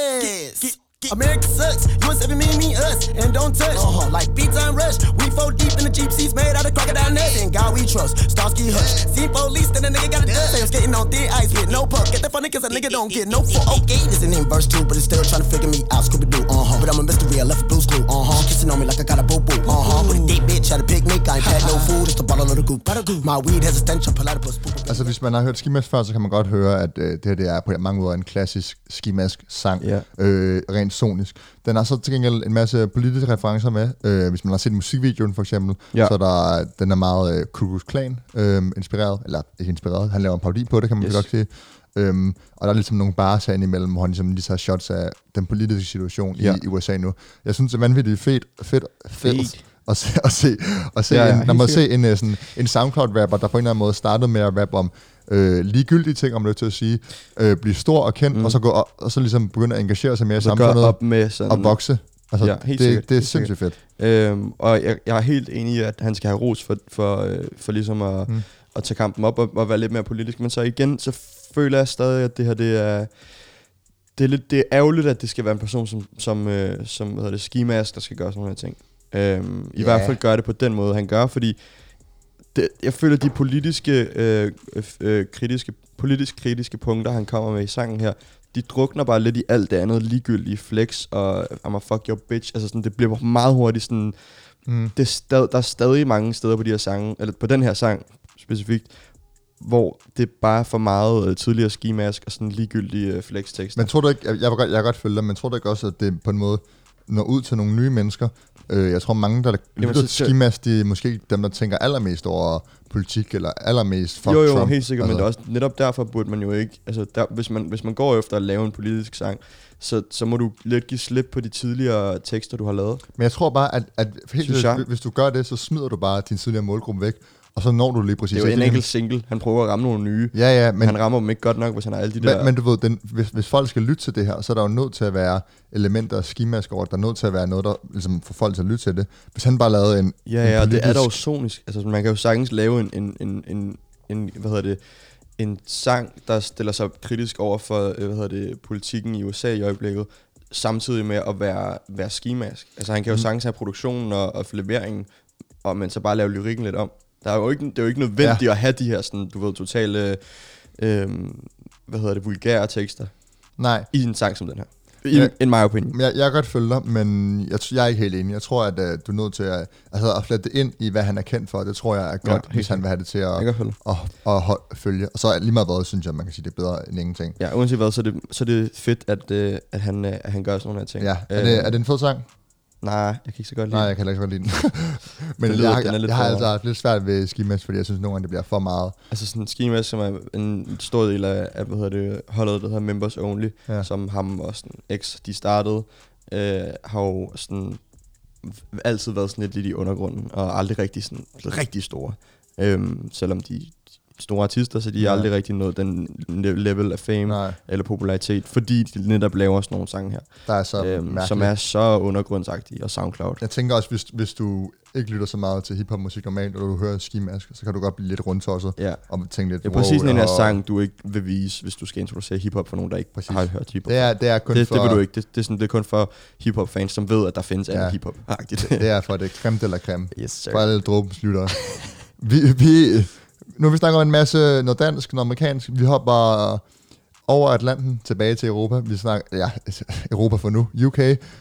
neck. America sucks, U S seven mean me us, and don't touch. Uh-huh. Like B-Time Rush, we four deep in the Jeep seats made out of crocodile nuts. And God we trust, Starsky Hutch. See police, then a nigga got a dust. Say I'm skating on thin ice with no puck. Get that funny cause a nigga don't get no fuck. Okay, this ain't verse two, but it's still trying to figure me out. Scooby-Doo, uh-huh. But I'm a mystery, I left a blue screw, uh-huh. Kissing on me like I got a boo-boo, uh-huh. With a deep bitch, had a picnic, I ain't had no food, just a bottle of the goop. My weed has a stench of platypus. Altså, hvis man har hørt Ski Mask før, så kan man godt høre, at øh, det her det er på mange måder en klassisk Ski Mask sang, Ja. øh, rent sonisk. Den har så til gengæld en masse politiske referencer med. Øh, hvis man har set musikvideoen for eksempel, Ja. så er der, den er meget øh, Ku Klux Klan øh, inspireret, eller ikke inspireret, han laver en parodi på det, kan man Yes. yes. godt sige. Øhm, og der er ligesom nogle bars herinde imellem, hvor han ligesom lige tager shots af den politiske situation Ja. i, i U S A nu. Jeg synes, det er vanvittigt fedt, fedt, fedt. Fedt. At se, at se, at se Ja, ja, en, når man helt se en, øh, sådan, en SoundCloud-rapper, der på en eller anden måde startede med at rappe om øh, ligegyldige ting, om det er til at sige, øh, blive stor og kendt, Mm. mm. og, så gå, og, og så ligesom begynde at engagere sig mere i Så gør samfundet op med sådan... og vokse. Altså, Ja, helt det, sikkert, det er helt sindssygt fedt. Øhm, og jeg, jeg er helt enig i, at han skal have ros for, for, øh, for ligesom at, mm. at tage kampen op og, og være lidt mere politisk. Men så igen, så føler jeg stadig, at det her, det er... Det er, lidt, det er ærgerligt, at det skal være en person som, som, øh, som hvad hedder det, Ski Mask, der skal gøre sådan nogle her ting. Øhm, I Ja. hvert fald gør det på den måde, han gør, fordi det, jeg føler, de politiske, øh, øh, kritiske, politisk kritiske punkter, han kommer med i sangen her, de drukner bare lidt i alt det andet ligegyldige flex og I'm a fuck your bitch. Altså sådan, det bliver meget hurtigt sådan... Mm. Det er stad, der er stadig mange steder på de her sange, eller på den her sang specifikt, hvor det er bare for meget øh, tidligere skimask og sådan ligegyldige øh, flex-tekster. Men tror du ikke, jeg, jeg, vil godt, jeg kan godt følge dig, men tror du ikke også, at det på en måde når ud til nogle nye mennesker? Øh, jeg tror mange, der lytter så- til skimas, de er måske ikke dem, der tænker allermest over politik, eller allermest fuck jo, jo, Trump. helt sikkert, altså. men det er også netop derfor burde man jo ikke, altså der, hvis, man, hvis man går efter at lave en politisk sang, så, så må du lidt give slip på de tidligere tekster, du har lavet. Men jeg tror bare, at, at helt Synes seriøst, jeg. hvis du gør det, så smider du bare din tidligere målgruppe væk, og så når du lige præcis... Det er jo ikke en enkelt single, han prøver at ramme nogle nye, Ja, ja, men men, han rammer dem ikke godt nok, hvis han har alle de men, der... men du ved, den, hvis, hvis folk skal lytte til det her, så er der jo nødt til at være elementer af skimask over det. Der er nødt til at være noget, der ligesom får folk til at lytte til det. Hvis han bare lavede en Ja, en ja, og det er politisk- dog sonisk. Altså, man kan jo sagtens lave en, en, en, en, en hvad hedder det, en sang, der stiller sig kritisk over for, øh, hvad hedder det, politikken i U S A i øjeblikket, samtidig med at være, være skimask. Altså, han kan jo Mm. sagtens have produktionen og, og leveringen, og men så bare lave lyrikken lidt om. Der er jo ikke, det er jo ikke nødvendigt ja. at have de her, sådan, du ved, totale, øh, hvad hedder det, vulgære tekster Nej, i en sang som den her. In, in my opinion. Jeg, jeg kan godt følge dig, men jeg, jeg er ikke helt enig. Jeg tror, at uh, du er nødt til at, altså, at flette det ind i, hvad han er kendt for. Det tror jeg er godt, ja, hvis han vil have det til at, at, at, at, at følge. Og så lige meget hvad, synes jeg, man kan sige, det er bedre end ingenting. Ja, uanset hvad, så er det, så er det fedt, at, uh, at, han, uh, at han gør sådan nogle her ting. Ja, er det, er det en fed sang? Nej, jeg kan ikke så godt lide Nej, jeg kan ikke så godt lide den. Men lyder, jeg, jeg, jeg har altså lidt svært ved Ski Mask, fordi jeg synes nogle gange, det bliver for meget. Altså sådan Ski Mask, som er en stor del af, af hvad hedder det, holdet, der hedder Members Only, ja. Som ham og sådan X, de startede, øh, har jo sådan altid været sådan lidt, lidt i undergrunden, og aldrig rigtig sådan rigtig store. Øhm, selvom de store artister, så de har ja. aldrig rigtig nået den level af fame Nej. eller popularitet, fordi de netop laver sådan nogle sange her, der er så øhm, som er så undergrundsagtige, og SoundCloud. Jeg tænker også, hvis, hvis du ikke lytter så meget til hiphop-musik normalt, og du hører Ski Mask, så kan du godt blive lidt rundtosset, ja. og tænke lidt, det er præcis wow, den her sang, du ikke vil vise, hvis du skal introducere hiphop for nogen, der ikke præcis. har hørt hiphop. Det er, det er kun det, for... Det vil du ikke. Det, det, er sådan, det er kun for hiphop-fans, som ved, at der findes ja. anden hiphop-agtigt. Det er for det creme de la creme. Yes, sir. For alle dråbens lyttere. vi... vi Nu har vi snakket om en masse noget dansk, noget amerikansk. Vi hopper over Atlanten tilbage til Europa. Vi snakker, ja, Europa for nu, U K.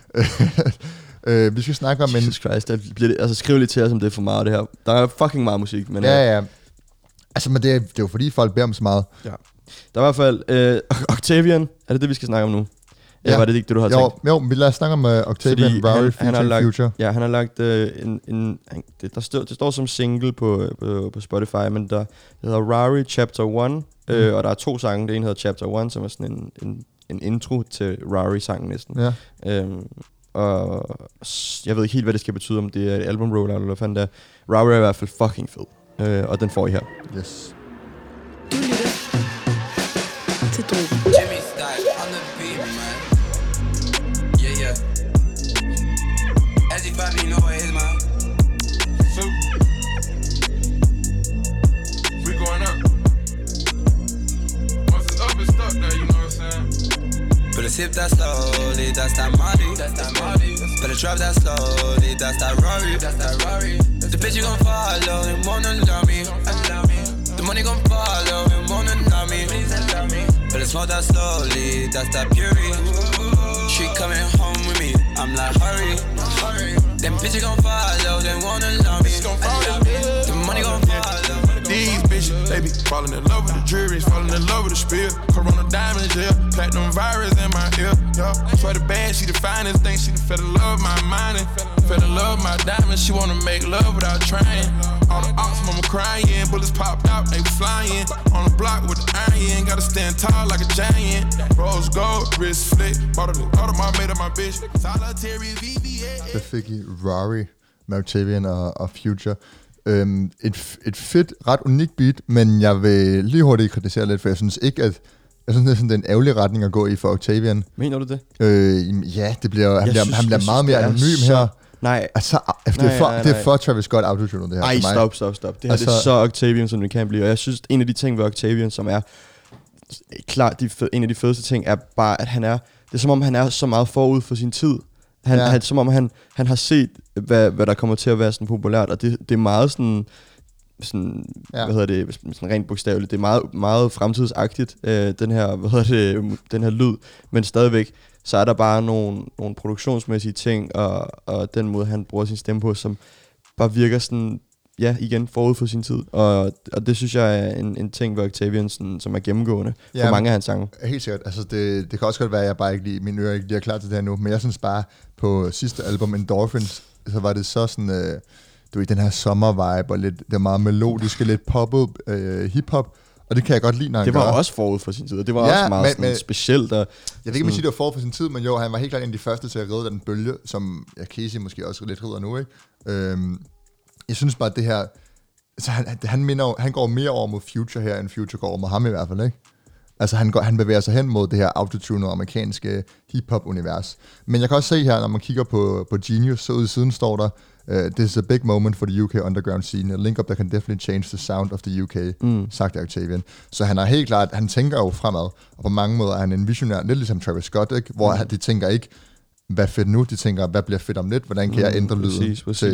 vi skal snakke om en... Jesus Christ, der bliver det, altså skriv lidt til os, om det er for meget det her. Der er fucking meget musik, men... Ja, ja. Altså, men det er, det er jo fordi, folk beder om så meget. Ja. Der er i hvert fald øh, Octavian. Er det det, vi skal snakke om nu? Ja. Eller var det ikke det, du havde jo, tænkt? Jo, vi lader snakke om uh, Octavian Rowry featuring Future. Ja, han har lagt uh, en... en det, der stod, det står som single på, på, på Spotify, men der det hedder Rowry Chapter one, mm. øh, og der er to sange. Det ene hedder Chapter one, som er sådan en, en, en intro til Rowry-sangen næsten. Ja. Øhm, og jeg ved ikke helt, hvad det skal betyde, om det er et album rollout eller hvad fanden det er. Rowry er i hvert fald fucking fed, øh, og den får I her. Yes. Du lytter til Drogen. Jimmy Style on the beat, man. Yeah, yeah. As if I be know what it is, man. So, we going up. Once it's up, it's stuck there, you know what I'm saying? Better sip that slowly, that's that Molly. That's that Molly. Better drop that slowly, that's that Rory. That's that Rory. The bitch you gon' follow, and wanna love me. The money gon' follow, and wanna love me. Better smoke that slowly, that's that Puri. She coming home with me, I'm like hurry. Them bitches gon' follow, they wanna love me. The money gon' follow. These bitches, they be falling in love with the juries, falling in love with the spill. Corona diamonds, yeah, platinum virus in my ear, yeah. Swear the band, she the finest thing, she fell in love with my mind, fell in love with my diamonds, she wanna make love without trying. All the ops, mama crying, bullets popped out, they flying. On the block with the iron, gotta stand tall like a giant. Rose gold, wrist flick, bought the Audemars made of my bitch. Solitary V V A. Det fik I Rowry med Octavian og, og Future. Um, et, et fedt, ret unikt beat, men jeg vil lige hurtigt kritisere lidt, for jeg synes ikke, at jeg synes, det er sådan en ærgerlig retning at gå i for Octavian. Mener du det? Øh, ja, det bliver, han, bliver, synes, han bliver meget mere anonym så... her. Nej. Altså, nej, det, er for, nej, nej. det er for Travis Scott autotune, det her. Ej, stop, stop, stop. Det her altså, det er så Octavian, som det kan blive. Og jeg synes, en af de ting ved Octavian, som er klart de fed, en af de fedeste ting, er bare, at han er, det er som om, han er så meget forud for sin tid. Han, ja. han, som om han, han har set, hvad, hvad der kommer til at være sådan populært, og det, det er meget sådan, sådan ja. hvad hedder det, sådan rent bogstaveligt, det er meget, meget fremtidsagtigt, øh, den her, hvad hedder det, den her lyd, men stadigvæk, så er der bare nogle, nogle produktionsmæssige ting, og, og den måde, han bruger sin stemme på, som bare virker sådan, ja, igen, forud for sin tid, og, og det synes jeg er en, en ting ved Octavian, sådan, som er gennemgående ja, for mange af hans sange. Helt sikkert, altså det, det kan også godt være, at jeg bare ikke lige, mine ører ikke lige er klar til det her nu, men jeg synes bare, på sidste album, Endorphins, så var det så sådan, øh, du ved, den her sommervibe, og lidt, det var meget melodiske, lidt poppet øh, hiphop, og det kan jeg godt lide, når han Det var gør. også forud for sin tid, og det var ja, også meget men, sådan, men, specielt. Og jeg ved ikke, om jeg siger, det var forud for sin tid, men jo, han var helt klart en af de første til at redde den bølge, som ja, Casey måske også lidt rider nu, ikke? Øhm, jeg synes bare, at det her, altså han, han, minder, han går mere over mod Future her, end Future går over mod ham i hvert fald, ikke? Altså han, går, han bevæger sig hen mod det her autotunede amerikanske hip-hop-univers. Men jeg kan også se her, når man kigger på, på Genius, så ude i siden står der, uh, this is a big moment for the U K underground scene, a link up that can definitely change the sound of the U K, mm. sagt Octavian. Så han er helt klart, han tænker jo fremad, og på mange måder er han en visionær, lidt ligesom Travis Scott, ikke? Hvor mm. de tænker ikke, hvad fedt nu, de tænker, hvad bliver fedt om lidt, hvordan kan mm, jeg ændre lyden præcis, præcis. til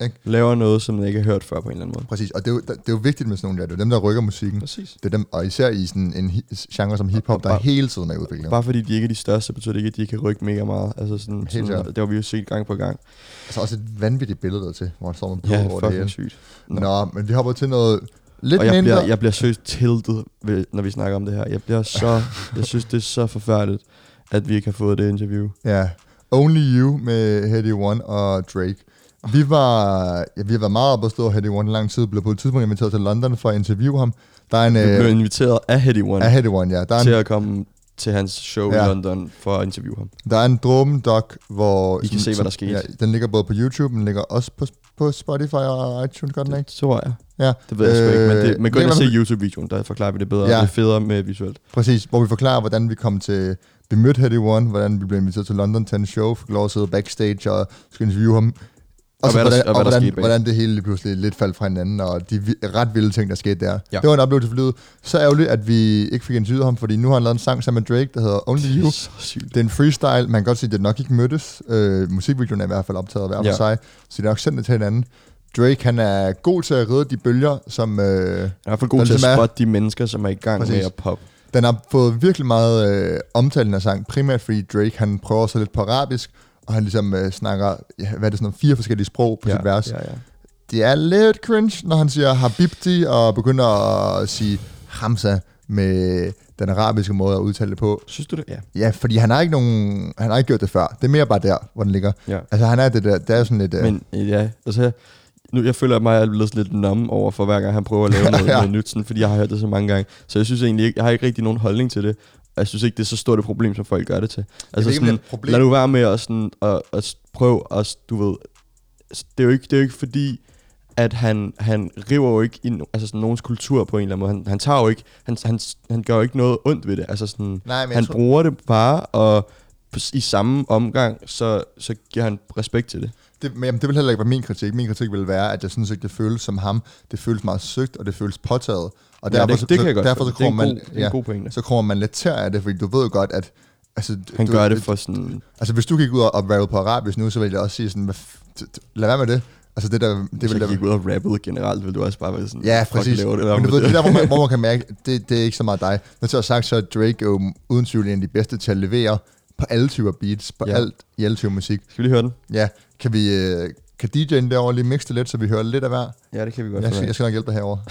Ikke? Laver noget, som man ikke har hørt før på en eller anden måde. Præcis, og det er, jo, det er jo vigtigt med sådan nogle der. Det er dem, der rykker musikken. Præcis. Det er dem, og især i sådan en hi- genre som hiphop, der bare, hele tiden er udviklet. Bare fordi de ikke er de største, betyder det ikke, at de kan rykke mega meget. Altså sådan, sådan det har vi jo set gang på gang. Altså også et vanvittigt billede der til, hvor han står med blod Ja, over det hele. fucking sygt. Nå. Nå, men vi hopper til noget lidt og jeg mindre. Bliver, jeg bliver seriøst tiltet, ved, når vi snakker om det her. Jeg bliver så, jeg synes, det er så forfærdeligt, at vi ikke har fået det interview. Ja, Only You med Headie One og Drake. Vi var, ja, vi har været meget oppe at stå Headie One i lang tid, blev på et tidspunkt inviteret til London for at interviewe ham. Der er en, vi øh, blev inviteret af Headie One, af Headie One, ja. Der er til en, at komme til hans show ja. i London for at interviewe ham. Der er en dråben-doc, hvor... I kan se, hvad der skete. Ja, den ligger både på YouTube, den ligger også på, på Spotify og iTunes, gør den ikke? Det tror jeg. Ja. Det ved jeg sgu ikke, men, det, men gå ind og se man... YouTube-videoen, der forklarer vi det bedre. Ja. Det er federe med visuelt. Præcis, hvor vi forklarer, hvordan vi kom til... Vi mødte Headie One, hvordan vi blev inviteret til London til en show, fik lov at sidde backstage og skulle interviewe ham. Og, og, så, hvordan, der, og, og hvordan, hvordan det hele lige pludselig lidt faldt fra hinanden, og de vi, ret vilde ting, der skete der. Ja. Det var en oplevelse for livet. Så ærgerligt, at vi ikke fik interviewet ham, fordi nu har han lavet en sang sammen med Drake, der hedder Only You. Det er, det er en freestyle. Man kan godt sige, at det nok ikke mødtes. Øh, musikvideoen er i hvert fald optaget hver for ja. sig, så det er nok sendt det til hinanden. Drake, han er god til at ride de bølger, som... Øh, han er i hvert fald god til at spotte de mennesker, som er i gang Præcis. med at poppe. Den har fået virkelig meget øh, omtale af sang, primært fordi Drake, han prøver sig lidt på arabisk, og han ligesom øh, snakker, ja, hvad er det sådan nogle, fire forskellige sprog på ja, sit vers. Ja, ja. Det er lidt cringe, når han siger Habibti, og begynder at sige Hamza med den arabiske måde at udtale det på. Synes du det? Ja. Ja, fordi han har ikke nogen, han har ikke gjort det før. Det er mere bare der, hvor den ligger. Ja. Altså han er det der, det er sådan lidt... Men ja, altså nu, jeg føler, at mig er blevet sådan lidt numb over for hver gang han prøver at lave noget, ja. noget nyt, sådan, fordi jeg har hørt det så mange gange. Så jeg synes egentlig ikke, jeg har ikke rigtig nogen holdning til det. Jeg synes ikke, det er så stort et problem, som folk gør det til. Altså det sådan, lad nu være med at, sådan, at, at prøve at, du ved, det er jo ikke, det er jo ikke fordi, at han, han river jo ikke i altså sådan, nogens kultur på en eller anden måde. Han, han tager jo ikke, han, han, han gør jo ikke noget ondt ved det. Altså sådan, Nej, han tror... bruger det bare, og i samme omgang, så, så giver han respekt til det. Det, men jamen, det vil heller ikke være min kritik. Min kritik vil være, at jeg synes ikke, det føles som ham. Det føles meget søgt, og det føles påtaget. Og ja, derfor, det, det kan jeg godt. Derfor så kommer man, god, ja, så kommer man lidt tær af det, fordi du ved jo godt, at altså, han du, gør det for sådan. Altså hvis du gik ud og rappe på arabisk nu, så vil jeg også sige sådan, lad være med det. Altså det der, det hvis vil jeg gik ud og rappede generelt, vil du også bare være sådan. Ja, præcis. Det, men du ved, det der, hvor man, hvor man kan mærke, det, det er ikke så meget dig. Når så sagt, så er Drake jo uden tvivl en af de bedste til at levere på alle typer beats, på ja. alt i alle typer musik. Skal vi lige høre den? Ja, kan vi... Kan D J'en derovre lige mixe det lidt, så vi hører lidt af hver? Ja, det kan vi godt. Jeg skal, jeg skal nok hjælpe dig herovre.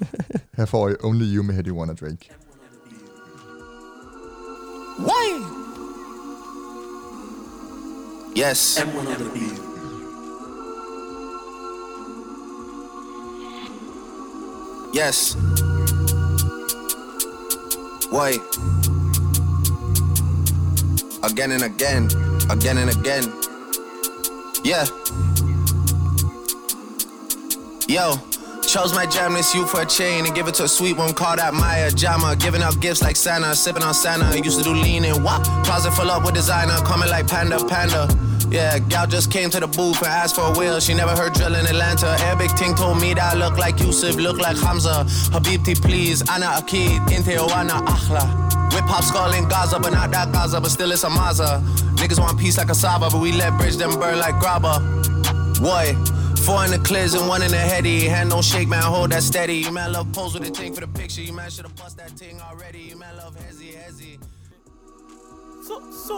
Her får I Only You med Headie One og Drake. Why? Yes. Yes. Why? Again and again, again and again. Yeah. Yo, chose my jam this you for a chain and give it to a sweet one, call that Maya Jama. Giving out gifts like Santa, sipping on Santa. Used to do lean and wop, closet full up with designer, coming like Panda Panda. Yeah, gal just came to the booth and asked for a wheel. She never heard drill in Atlanta. Arabic ting told me that I look like Yusuf, look like Hamza. Habibti please, Ana Akid, Inte Oana Akhla. Whip hop skull in Gaza, but not that Gaza, but still it's a Maza. Niggas want peace like a Saba, but we let bridge them burn like grabba. Boy. Four in the clears and one in the heady. Hand don't shake, man, hold that steady. You man love pose with a ting for the picture. You man should've bust that ting already. You man love hezzy, hezzy. So, so.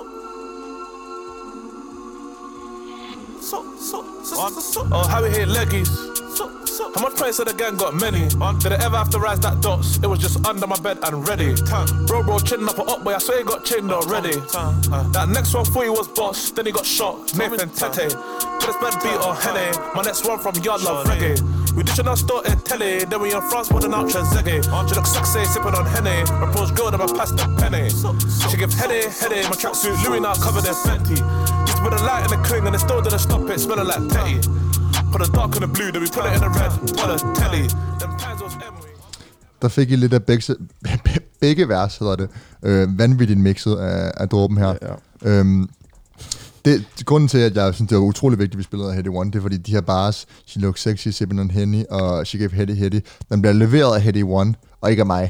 So, so, so, so, so. Oh, how we hit leggies. So, so. How much praise of the gang got many? Did I ever have to rise that dots? It was just under my bed and ready. Bro, bro, chin up or up, boy, I swear he got chinned already. That next one for you was boss, then he got shot. Nathan Tete. Put a sped beat on Henny. My next one from Yard Love Reggae. We dishing our store in telly, then we in France with an ultra zeggy. She looks sexy, sipping on Henny. Approach girl, then I pass the penny. She gives Henny, Henny. My tracksuit, Louis now covered in Fenty. Used to put a light in the cling and it still didn't stop it, smelling like Petty. Put the dark in the blue, then we put it in the red. Put a telly. Them times was Emery. Der fik I lidt af begge, begge vers, hedder det. Øh, vanvittigt mixet af, af dråben her. Ja, ja. Øhm, det, grunden til, at jeg synes, det var utrolig vigtigt, at vi spillede af Headie One, det er fordi de her bars, She Looks Sexy, Sippin' on Henny og She Gave Headie Headie, den bliver leveret af Headie One, og ikke af mig.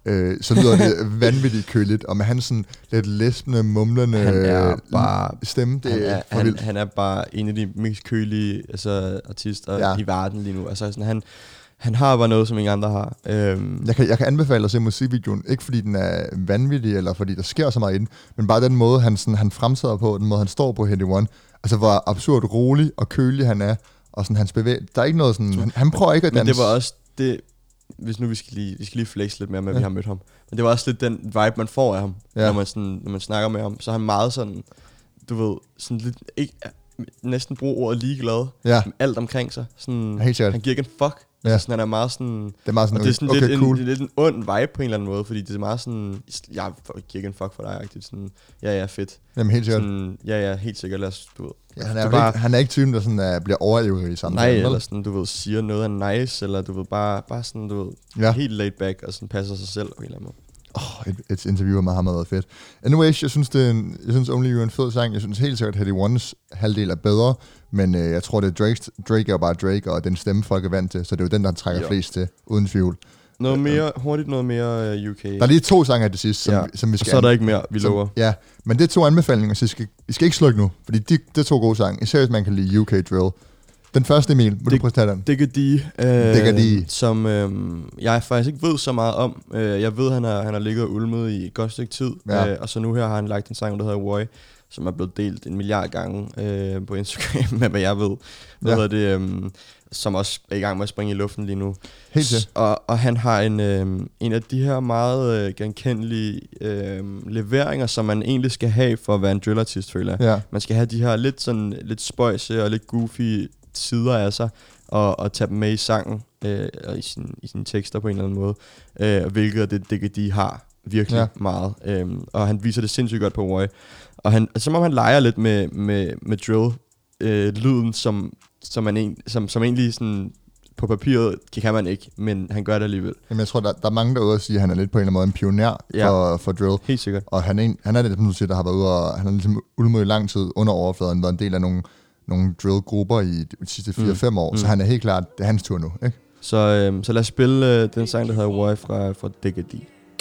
øh, så lyder det vanvittigt køligt, og med hans sådan lidt læspende, mumlende Han er bare, stemme, det han er er, for han, vildt. han er bare en af de mest kølige altså, artister Ja. i verden lige nu. Altså, sådan, han, han har bare noget, som ingen andre har. Øhm, Jeg kan, jeg kan anbefale at se musikvideoen, ikke fordi den er vanvittig, eller fordi der sker så meget i den, men bare den måde, han, sådan, han fremtræder på, den måde, han står på Heady One, altså hvor absurd rolig og kølig han er, og sådan hans bevæg. Der er ikke noget sådan, han, han prøver ikke at danse. Men det var også det, hvis nu vi skal lige, vi skal lige flex lidt mere med, at ja. vi har mødt ham. Men det var også lidt den vibe, man får af ham, ja. når, man sådan, når man snakker med ham. Så er han meget sådan, du ved, sådan lidt, ikke, næsten bruge ordet ligeglad, ja. med alt omkring sig. Sådan, Helt sikkert. Han giver ikke en fuck. Ja. Altså, sådan, han er meget sådan... Det er meget sådan, og det er sådan okay, lidt, cool. en, lidt en ond vibe på en eller anden måde, fordi det er meget sådan... Jeg giver ikke en fuck for dig, sådan... Ja, ja, fedt. Jamen helt sikkert. Sådan, ja, ja, helt sikkert. Lad os, du ved... Ja, han, er bare, ikke, han er ikke typen, der sådan, uh, bliver overivrig i samtalen. Nej, eller sådan, du ved, siger noget er nice, eller du ved, bare, bare sådan, du ved... Ja. Helt laid back, og sådan passer sig selv på en eller anden måde. Åh, oh, et, et interview med ham har været fedt. Anyways, jeg synes, det er en, jeg synes Only You er en fed sang. Jeg synes helt sikkert, at Heady Ones halvdel er bedre, men øh, jeg tror, det er Drake. Drake er jo bare Drake, og den stemme, folk er vant til, så det er jo den, der trækker jo. flest til, uden tvivl. Noget mere, hurtigt noget mere uh, U K. Der er lige to sange af det sidste, som, ja. som vi skal... Og så er der ikke mere, vi som, lover. Ja, men det er to anbefalinger, så I skal, I skal ikke slukke nu, fordi de, det er to gode sange. Især hvis man kan lide U K Drill. Den første, Emil, vil du præsentere den? Digga D, øh, Digga D. som øh, jeg faktisk ikke ved så meget om. Øh, jeg ved, han har, han har ligget og ulmet i et godt stykke tid, ja. øh, og så nu her har han lagt en sang, der hedder Why, som er blevet delt en milliard gange øh, på Instagram, med hvad jeg ved. Hvad ja. det, øh, som også er i gang med at springe i luften lige nu. Helt til. Og, og han har en, øh, en af de her meget øh, genkendelige øh, leveringer, som man egentlig skal have for at være en drillartist, føler jeg. Ja. Man skal have de her lidt, sådan, lidt spøjse og lidt goofy sider af sig, og, og tage dem med i sangen, øh, og i, sin, i sine tekster på en eller anden måde, øh, hvilket af det, det de har virkelig ja. meget. Øh, og han viser det sindssygt godt på Why. Og han, som om han leger lidt med, med, med drill-lyden, øh, som, som, man en, som, som egentlig sådan, på papiret kan man ikke, men han gør det alligevel. Jamen jeg tror, der, der er mange derude, der siger, at han er lidt på en eller anden måde en pioner ja. for, for drill. Helt sikkert. Og han er, en, han er det, som du siger, der har været ude, og han har ligesom ulmet i lang tid under overfladen, været en del af nogle nogle drill-grupper i de sidste fire fem mm. år, mm. så han er helt klart, det er hans tur nu, ikke? Så, øhm, så lad os spille øh, den sang, der hedder Why fra, fra Digga D. Du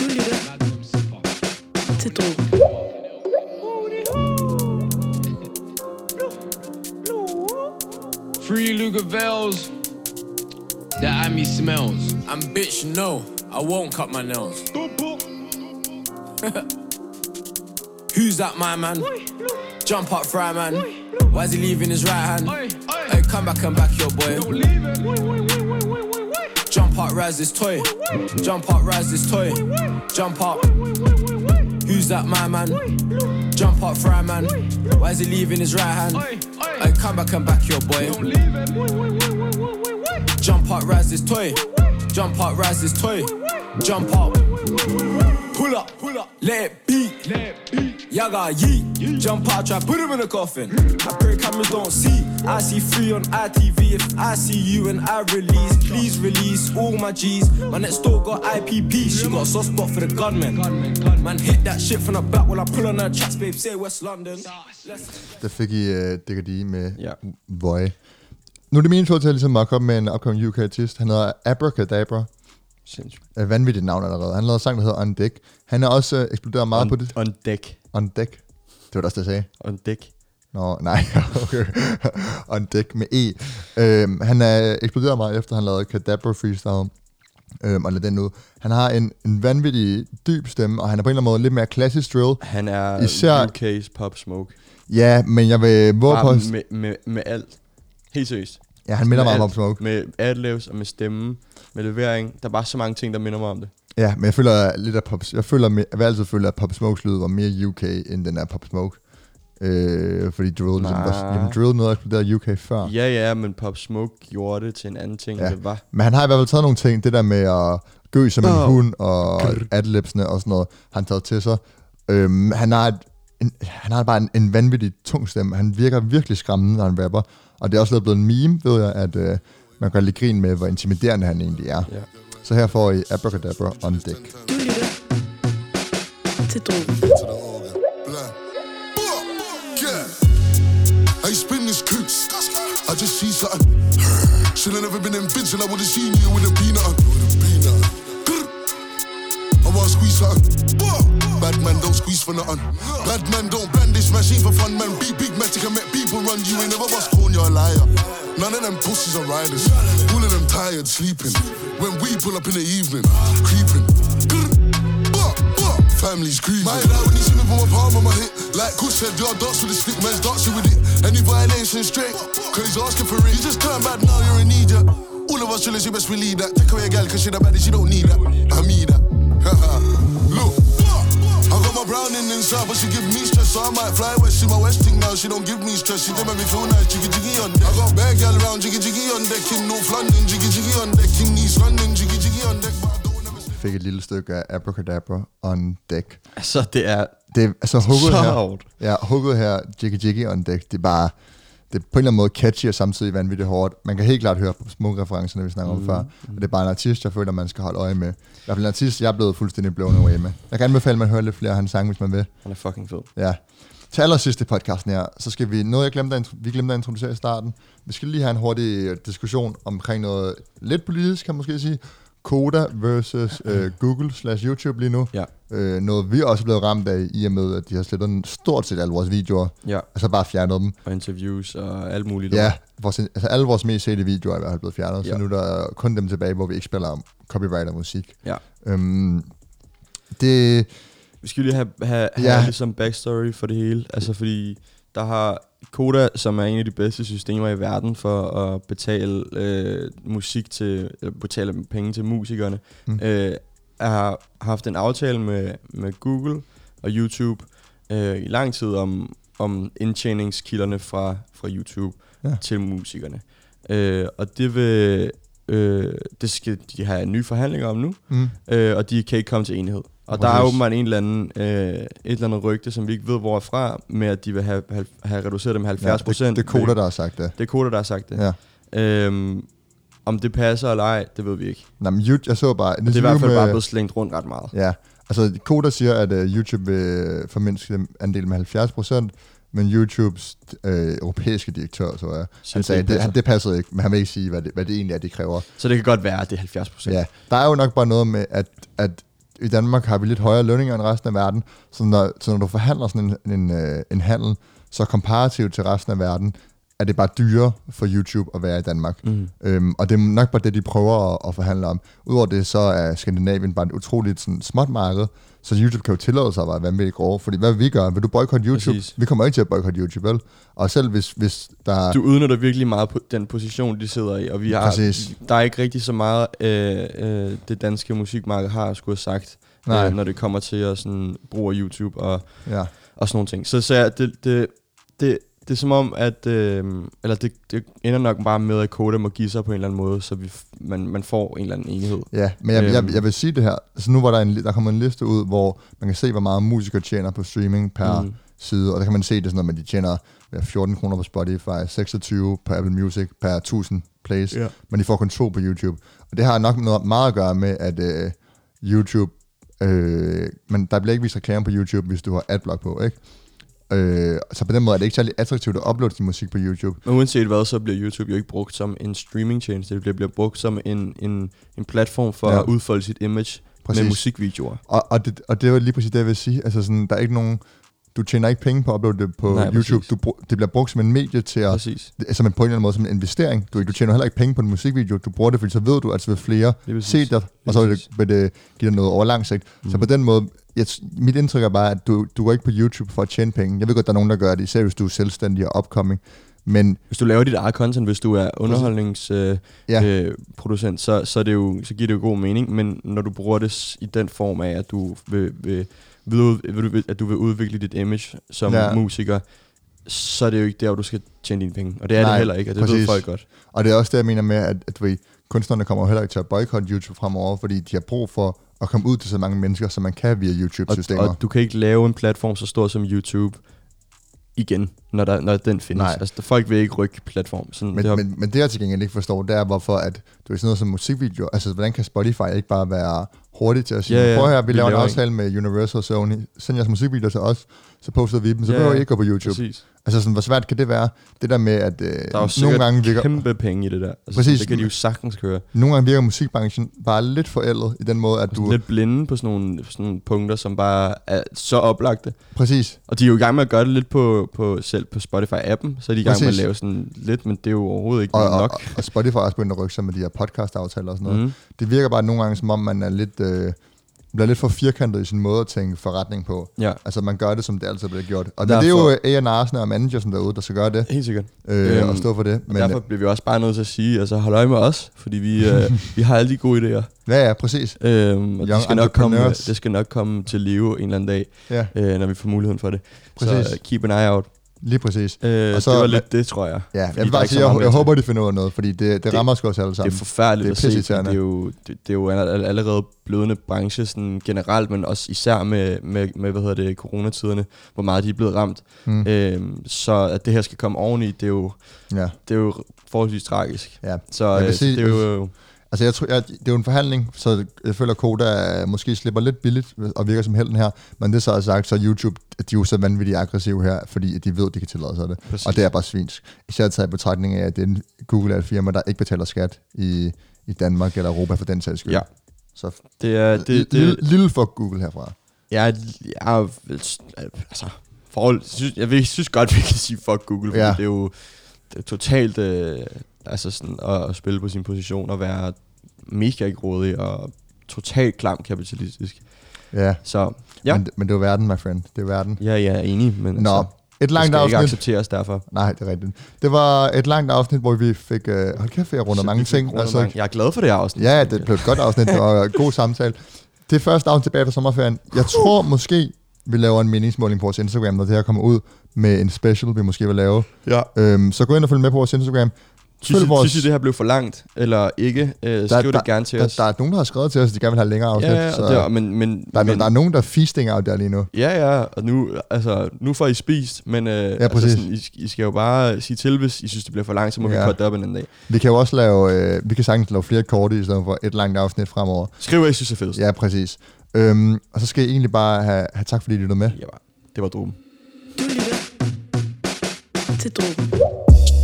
lytter til Drogen. Free Luca Vels, that Amy smells. I'm bitch, no, I won't cut my nails. Who's that, my man? Jump up, fry man. Why is he leaving his right hand? Hey, come back and back your boy. Jump up, rise this toy. Jump up, rise this toy. Jump up. Who's that, my man? Jump up, fry man. Why is he leaving his right hand? Hey, come back and back your boy. Jump up, rise this toy. Jump up, rise this toy. Jump up. Pull up, pull up, let it beat. Yaga yeet, jump out, try put him in a coffin. I pray cameras don't see. I see free on I T V. If I see you and I release, please release all my G's. My next door got I P P. She got a soft spot for the gunman. Man hit that shit from the back while I pull on her tracks, babe. Say West London. Der fik I uh, Digga D med ja. Voy. Nu er det min tur til at ligesom at komme med en upcoming U K artist. Han hedder Abracadabra. Sindssygt. Uh, vanvittigt navn allerede. Han lavede en sang, der hedder On Deck. Han er også uh, eksploderet meget on, på det. On Deck. On Deck. Det var det også, det jeg sagde. On Deck. Nå, nej. Okay. On Deck med E. Uh, han er eksploderet meget efter, han lavede Kadabra Freestyle. Um, og lad den ud. Han har en, en vanvittig dyb stemme, og han er på en eller anden måde lidt mere klassisk drill. Han er Især, U K's Pop Smoke. Ja, men jeg vil våge på... Med, med, med alt. Helt seriøst. Ja, han minder meget om Pop Smoke. Med adlibs og med stemme, med levering. Der er bare så mange ting, der minder mig om det. Ja, men jeg føler lidt af Pop... Jeg, føler, jeg vil altid føle, at Pop Smokes lyd var mere U K, end den er Pop Smoke. Øh, fordi drill, ligesom, der, jamen, drill noget eksploderede U K før. Ja, ja, men Pop Smoke gjorde det til en anden ting, ja. End det var. Men han har i hvert fald taget nogle ting, det der med at gø som oh. en hund, og adlibsene og sådan noget, han taget til sig. Øhm, han har et, en, han har bare en, en vanvittig tung stemme. Han virker virkelig skræmmende, når han rapper. Og det er også blevet en meme, ved jeg, at øh, man kan lidt grin med, hvor intimiderende han egentlig er. Ja. Så her får I Abracadabra On Deck. Du lytter til Drogen. I spin this coots. I just see something. Should've never been in bitch and I would've seen you with a peanut. I want bad man, don't squeeze for nothing. Bad man, don't brandish machine for fun, man. Be big magic and make people run. You ain't never bust corn, you're a liar. None of them pussies are riders. All of them tired, sleeping. When we pull up in the evening, creeping. Family's creeping. My dad when he see me put my palm on my hip. Like Kush said, y'all dance with the stick, man's dancing with it. Any violation straight, cause he's asking for it. You just turn back now, you're in need, yeah. All of us chillin', she best believe that. Take away a gal, cause she the baddie, she don't need that. I mean that. Look, I got my browning inside, but she give me stress, so I might fly west. She my west thing now, she don't give me stress. She don't make me feel nice, jiggy jiggy on deck. I got bad gal around, jiggy jiggy on deck. In North London, jiggy jiggy on deck. In East London, jiggy jiggy on deck. Fik et lille stykke af Abracadabra on deck. Altså, det er, det er altså, hugget så her, hårdt. Ja, hugget her, jiggy jiggy on deck, det er bare, det er på en eller anden måde catchy og samtidig vanvittigt hårdt. Man kan helt klart høre på små referencerne, vi snakker om mm, før. Mm. Det er bare en artist, jeg føler, man skal holde øje med. I hvert fald en artist, jeg er blevet fuldstændig blown away med. Jeg kan anbefale, at man hører lidt flere af hans sange, hvis man vil. Han er fucking fed. Ja. Til allersidst i podcasten her, så skal vi, noget jeg glemte at, vi glemte at introducere i starten. Vi skal lige have en hurtig diskussion omkring noget lidt politisk, kan man måske sige. Koda versus øh, Google slash YouTube lige nu. Ja. Øh, noget vi også er blevet ramt af, i og med, at de har slettet stort set alle vores videoer. Ja. Altså bare fjernet dem. Og interviews og alt muligt. Ja, vores, altså alle vores mest sete videoer er i hvert fald blevet fjernet. Ja. Så nu er der kun dem tilbage, hvor vi ikke spiller om copyright og musik. Ja. Øhm, det... Vi skal lige have, have, have ja. ligesom backstory for det hele. Altså fordi der har Koda, som er en af de bedste systemer i verden for at betale øh, musik til, eller betale penge til musikerne, mm. øh, har haft en aftale med, med Google og YouTube øh, i lang tid om, om indtjeningskilderne fra, fra YouTube ja. til musikerne. Øh, og det vil øh, det skal de have nye forhandlinger om nu, mm. øh, og de kan ikke komme til enighed. Og der er åbenbart en eller anden, øh, et eller andet rygte, som vi ikke ved hvorfra, med at de vil have, have, have reduceret det med halvfjerds procent. Ja, det, det er Koda, der har sagt det. Det er Koda, der har sagt det. Ja. Øhm, om det passer eller ej, det ved vi ikke. Nej, men YouTube, jeg så bare... Det er i hvert fald bare blevet slængt rundt ret meget. Ja, altså Koda siger, at uh, YouTube vil formindske andelen med halvfjerds procent, men YouTubes øh, europæiske direktør, så er, han sagde, det, det, det passede ikke, men han vil ikke sige, hvad det, hvad det egentlig er, de kræver. Så det kan godt være, at det er halvfjerds procent. Ja, der er jo nok bare noget med, at, at i Danmark har vi lidt højere lønninger end resten af verden, så når, så når du forhandler sådan en, en, en, en handel, så komparativt til resten af verden, er det bare dyrere for YouTube at være i Danmark. Mm. Øhm, og det er nok bare det, de prøver at, at forhandle om. Udover det, så er Skandinavien bare et utroligt sådan, småt marked, så YouTube kan jo tillade sig at være vanvittigt grove. Fordi hvad vil vi gøre? Vil du boykotte YouTube? Præcis. Vi kommer ikke til at boykotte YouTube, vel? Og selv hvis, hvis der... Du udnytter virkelig meget på den position, de sidder i, og vi har, Præcis. Der er ikke rigtig så meget, øh, øh, det danske musikmarked har skulle have sagt, øh, når det kommer til at sådan, bruge YouTube og, ja. og sådan nogle ting. Så, så ja, det... det, det Det er som om, at øh, eller det, det ender nok bare med, at Koda må give sig på en eller anden måde, så vi, man, man får en eller anden enighed. Ja, men jeg, jeg, jeg vil sige det her. Altså nu var der en, der kommer en liste ud, hvor man kan se, hvor meget musikere tjener på streaming per mm. side, og der kan man se det sådan noget, at de tjener fjorten kroner på Spotify, seksogtyve på Apple Music per tusind plays, yeah. men de får kun to på YouTube. Og det har nok noget meget at gøre med, at øh, YouTube, øh, men der bliver ikke vist reklame på YouTube, hvis du har adblock på, ikke? Øh, så på den måde er det ikke særlig attraktivt at uploade sin musik på YouTube. Men uanset hvad, så bliver YouTube jo ikke brugt som en streamingtjeneste. Det bliver, bliver brugt som en, en, en platform for ja. at udfolde sit image præcis. Med musikvideoer. Og, og, det, og det er lige præcis det, jeg vil sige. Altså sådan, der er ikke nogen... Du tjener ikke penge på at uploade det på Nej, YouTube. Du, det bliver brugt som en medie til at... Præcis. Som en, på en eller anden måde som en investering. Du, du tjener heller ikke penge på en musikvideo. Du bruger det, fordi så ved du, at så vil flere se dig, og så vil det, vil det give dig noget over lang sigt. Mm. Så på den måde... Jeg, mit indtryk er bare, at du, du går ikke på YouTube for at tjene penge. Jeg ved godt, der er nogen, der gør det, især hvis du er selvstændig og upcoming. Men hvis du laver dit eget content, hvis du er underholdningsproducent, øh, ja. så, så, det jo, så giver det jo god mening. Men når du bruger det i den form af, at du vil, vil, vil, vil, at du vil udvikle dit image som ja. musiker, så er det jo ikke der, hvor du skal tjene dine penge. Og det er Nej, det heller ikke, og det præcis. Ved folk godt. Og det er også det, jeg mener med, at, at ved, kunstnerne kommer heller ikke til at boykotte YouTube fremover, fordi de har brug for at komme ud til så mange mennesker, som man kan via YouTube-systemer. Og, og du kan ikke lave en platform så stor som YouTube igen, når, der, når den findes. Nej. Altså, folk vil ikke rykke platform. Sådan, men, det har... men, men det jeg til gengæld ikke forstår, det er, hvorfor at du er sådan noget som musikvideo, altså hvordan kan Spotify ikke bare være hurtigt til at sige, Ja, ja, prøv her, vi, vi laver en laver aftale med Universal og Sony, send jeres musikvideoer til os, så poster vi dem, så Ja, behøver I ja, ikke gå på YouTube. Præcis. Altså sådan, hvor svært kan det være? Det der med, at øh, Der er jo nogle gange virker... kæmpe penge i det der. Altså, Præcis. Det kan de jo sagtens køre. Nogle gange virker musikbranchen bare lidt forældet i den måde, at du... Lidt blinde på sådan nogle, sådan nogle punkter, som bare er så oplagte. Præcis. Og de er jo i gang med at gøre det lidt på, på selv på Spotify-appen, så er de i gang Præcis. med at lave sådan lidt, men det er jo overhovedet ikke Og, nok. og, og Spotify er også begyndt at rykke sig med de her podcast-aftaler og sådan noget. Mm. Det virker bare nogle gange, som om man er lidt... Øh, bliver lidt for firkantet i sin måde at tænke forretning på. Ja. Altså man gør det, som det altid bliver gjort. Og Derfor, det er jo A and R'sne og managers derude, der skal gøre det. Helt sikkert. Øh, Øhm, og stå for det. Men derfor bliver vi også bare nødt til at sige, altså hold øje med os, fordi vi, øh, vi har alle de gode idéer. Ja, ja, præcis. Øhm, og det Young skal, nok komme, entrepreneurs. det skal nok komme til live en eller anden dag, Ja. øh, når vi får muligheden for det. Præcis. Så uh, keep an eye out. Lige præcis. Øh, Og så- det var lidt det, tror jeg. Ja, jeg Fordi vil der er bare ikke sige, så jeg, meget jeg med håber, til. de finder ud af noget, fordi det, det, Det- rammer sgu os alle sammen. Det er forfærdeligt Det er at se, fordi pisseirriterende. det er jo, det, det er jo all- allerede blødende branche sådan generelt, men også især med, med, med hvad hedder det, coronatiderne, hvor meget de er blevet ramt. Mm. Øhm, så at det her skal komme oveni, det er jo, Ja. det er jo forholdsvis tragisk. Ja. Så, Jeg vil øh, så sige- det er jo... Altså jeg tror, jeg, det er jo en forhandling, så jeg føler, at Koda måske slipper lidt billigt og virker som helten her, men det så er sagt, så er YouTube, de er jo så vanvittigt aggressive her, fordi de ved, de kan tillade sig det. Præcis. Og det er bare svinsk. Især taget i betragtning af, at det er en, Google er et firma, der ikke betaler skat i, i Danmark eller Europa for den sags skyld. Ja. Så Det er... Det, det, lille, lille fuck Google herfra. jeg, jeg, er- altså, forhold, synes, jeg vil- synes godt, vi kan sige fuck Google, fordi Ja. det er jo det er totalt øh, altså sådan, at, at spille på sin position og være mega grådig og totalt klam kapitalistisk. Ja, Så ja, men, men det er jo verden, my friend. Det er verden. ja, jeg er enig, men Nå, altså, et det langt skal ikke afsnit. accepteres derfor. Nej, det er rigtigt. Det var et langt afsnit, hvor vi fik... Øh, hold kæft, jeg runder Så mange vi fik ting. rundet mange- Jeg er glad for det her afsnit. Ja, det blev et godt afsnit, det var en god samtale. Det er første afsnit tilbage fra sommerferien. Jeg tror måske, vi laver en meningsmåling på vores Instagram, når det her kommer ud med en special, vi måske vil lave. Ja. Øhm, så gå ind og følg med på vores Instagram. Synes, Følg I, vores- synes I, det her blev for langt, eller ikke? Øh, skriv det gerne til der, os. Der er nogen, der har skrevet til os, at de gerne vil have længere afsnit. ja, så og det, er- men, men, der, er, men, der er nogen, der er feasting out der lige nu. Ja, ja, og nu, altså, nu får I spist, men øh, Ja, præcis. altså, sådan, I, I skal jo bare sige til, hvis I synes, det bliver for langt, så må Ja. vi cutte det op en anden dag. Vi kan jo også lave, øh, vi kan sagtens lave flere korte, i stedet for et langt afsnit fremover. Skriv, hvad I synes er fedest. Ja, præcis. Øhm, og så skal I egentlig bare have, have tak, fordi I lyttede med. Ja, det var dråben. Du lytter til Drogen.